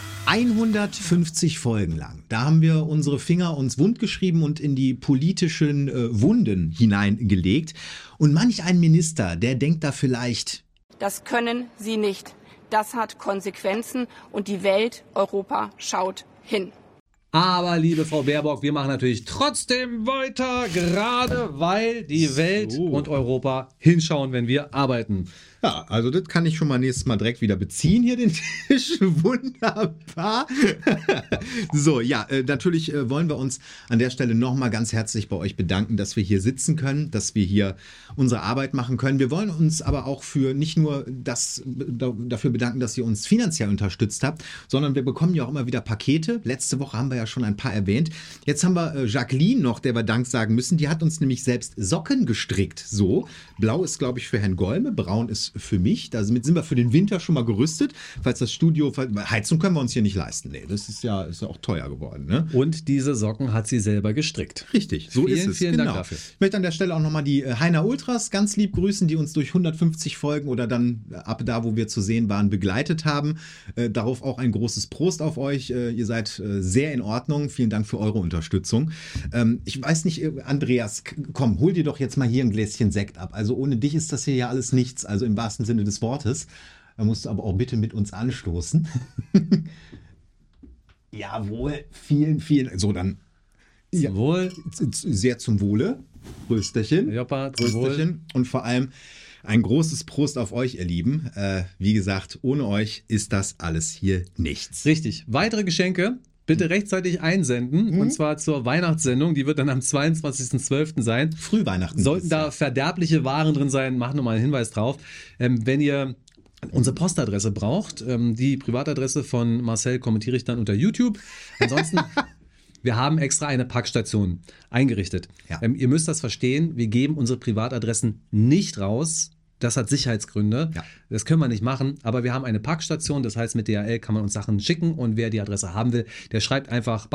150 Folgen lang. Da haben wir unsere Finger uns wund geschrieben und in die politischen Wunden hineingelegt. Und manch ein Minister, der denkt da vielleicht: Das können Sie nicht. Das hat Konsequenzen und die Welt, Europa schaut hin. Aber, liebe Frau Baerbock, wir machen natürlich trotzdem weiter, gerade weil die Welt und Europa hinschauen, wenn wir arbeiten. Ja, also das kann ich schon mal nächstes Mal direkt wieder beziehen, hier den Tisch. Wunderbar. So, ja, natürlich wollen wir uns an der Stelle nochmal ganz herzlich bei euch bedanken, dass wir hier sitzen können, dass wir hier unsere Arbeit machen können. Wir wollen uns aber auch für nicht nur dafür bedanken, dass ihr uns finanziell unterstützt habt, sondern wir bekommen ja auch immer wieder Pakete. Letzte Woche haben wir ja ja schon ein paar erwähnt. Jetzt haben wir Jacqueline noch, der wir Dank sagen müssen. Die hat uns nämlich selbst Socken gestrickt. So, blau ist, glaube ich, für Herrn Golme, braun ist für mich. Damit sind wir für den Winter schon mal gerüstet. Falls das Studio, Heizung können wir uns hier nicht leisten. Nee, das ist ja auch teuer geworden. Ne? Und diese Socken hat sie selber gestrickt. Richtig, so ist es. Vielen Dank dafür. Ich möchte an der Stelle auch nochmal die Heiner Ultras ganz lieb grüßen, die uns durch 150 Folgen oder dann ab da, wo wir zu sehen waren, begleitet haben. Darauf auch ein großes Prost auf euch. Ihr seid sehr in Ordnung. Vielen Dank für eure Unterstützung. Ich weiß nicht, Andreas, komm, hol dir doch jetzt mal hier ein Gläschen Sekt ab. Also ohne dich ist das hier ja alles nichts, also im wahrsten Sinne des Wortes. Da musst du aber auch bitte mit uns anstoßen. Jawohl, vielen, vielen. So, dann. Zum Wohl. Sehr zum Wohle. Prösterchen. Joppa, zum Prösterchen. Wohl. Und vor allem ein großes Prost auf euch, ihr Lieben. Wie gesagt, ohne euch ist das alles hier nichts. Richtig. Weitere Geschenke bitte rechtzeitig einsenden. Und zwar zur Weihnachtssendung. Die wird dann am 22.12. sein. Frühweihnachten. Sollten da verderbliche Waren drin sein, machen wir mal einen Hinweis drauf. Wenn ihr unsere Postadresse braucht, die Privatadresse von Marcel kommentiere ich dann unter YouTube. Ansonsten, wir haben extra eine Packstation eingerichtet. Ja. Ihr müsst das verstehen, wir geben unsere Privatadressen nicht raus. Das hat Sicherheitsgründe. Ja. Das können wir nicht machen. Aber wir haben eine Packstation. Das heißt, mit DHL kann man uns Sachen schicken. Und wer die Adresse haben will, der schreibt einfach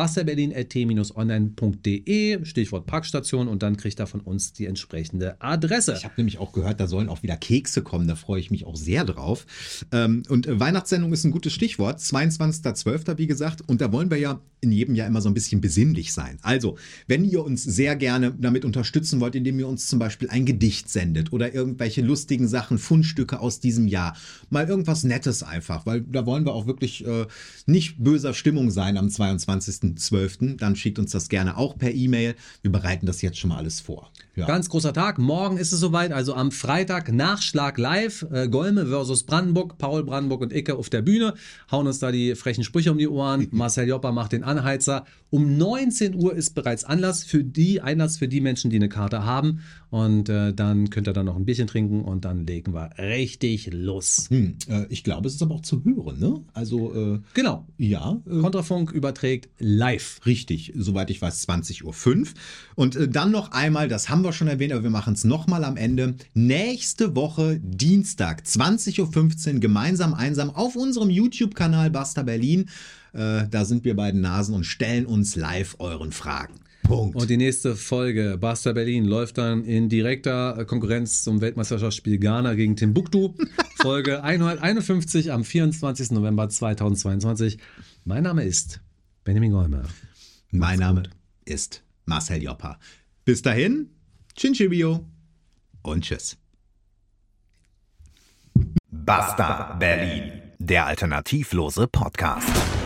bastelberlin@t-online.de, Stichwort Packstation. Und dann kriegt er von uns die entsprechende Adresse. Ich habe nämlich auch gehört, da sollen auch wieder Kekse kommen. Da freue ich mich auch sehr drauf. Und Weihnachtssendung ist ein gutes Stichwort. 22.12. wie gesagt. Und da wollen wir ja in jedem Jahr immer so ein bisschen besinnlich sein. Also, wenn ihr uns sehr gerne damit unterstützen wollt, indem ihr uns zum Beispiel ein Gedicht sendet oder irgendwelche lustigen Sachen, Fundstücke aus diesem Jahr, mal irgendwas Nettes einfach, weil da wollen wir auch wirklich nicht böser Stimmung sein am 22.12., dann schickt uns das gerne auch per E-Mail. Wir bereiten das jetzt schon mal alles vor. Ja. Ganz großer Tag. Morgen ist es soweit, also am Freitag Nachschlag live. Golme versus Brandenburg. Paul Brandenburg und Icke auf der Bühne. Hauen uns da die frechen Sprüche um die Ohren. Marcel Joppa macht den Anheizer. Um 19 Uhr ist bereits Einlass für die Menschen, die eine Karte haben. Und dann könnt ihr dann noch ein Bierchen trinken und dann legen wir richtig los. Ich glaube, es ist aber auch zu hören, ne? Also, genau. Ja. Kontrafunk überträgt live. Richtig, soweit ich weiß, 20.05 Uhr. Und dann noch einmal, das haben wir schon erwähnt, aber wir machen es nochmal am Ende. Nächste Woche, Dienstag, 20.15 Uhr, gemeinsam einsam auf unserem YouTube-Kanal Basta Berlin. Da sind wir beiden Nasen und stellen uns live euren Fragen. Punkt. Und die nächste Folge, Basta Berlin, läuft dann in direkter Konkurrenz zum Weltmeisterschaftsspiel Ghana gegen Timbuktu. Folge 151 am 24. November 2022. Mein Name ist Benjamin Golme. Mein Name ist Marcel Joppa. Bis dahin, Chinchibio und tschüss. Basta Berlin, der alternativlose Podcast.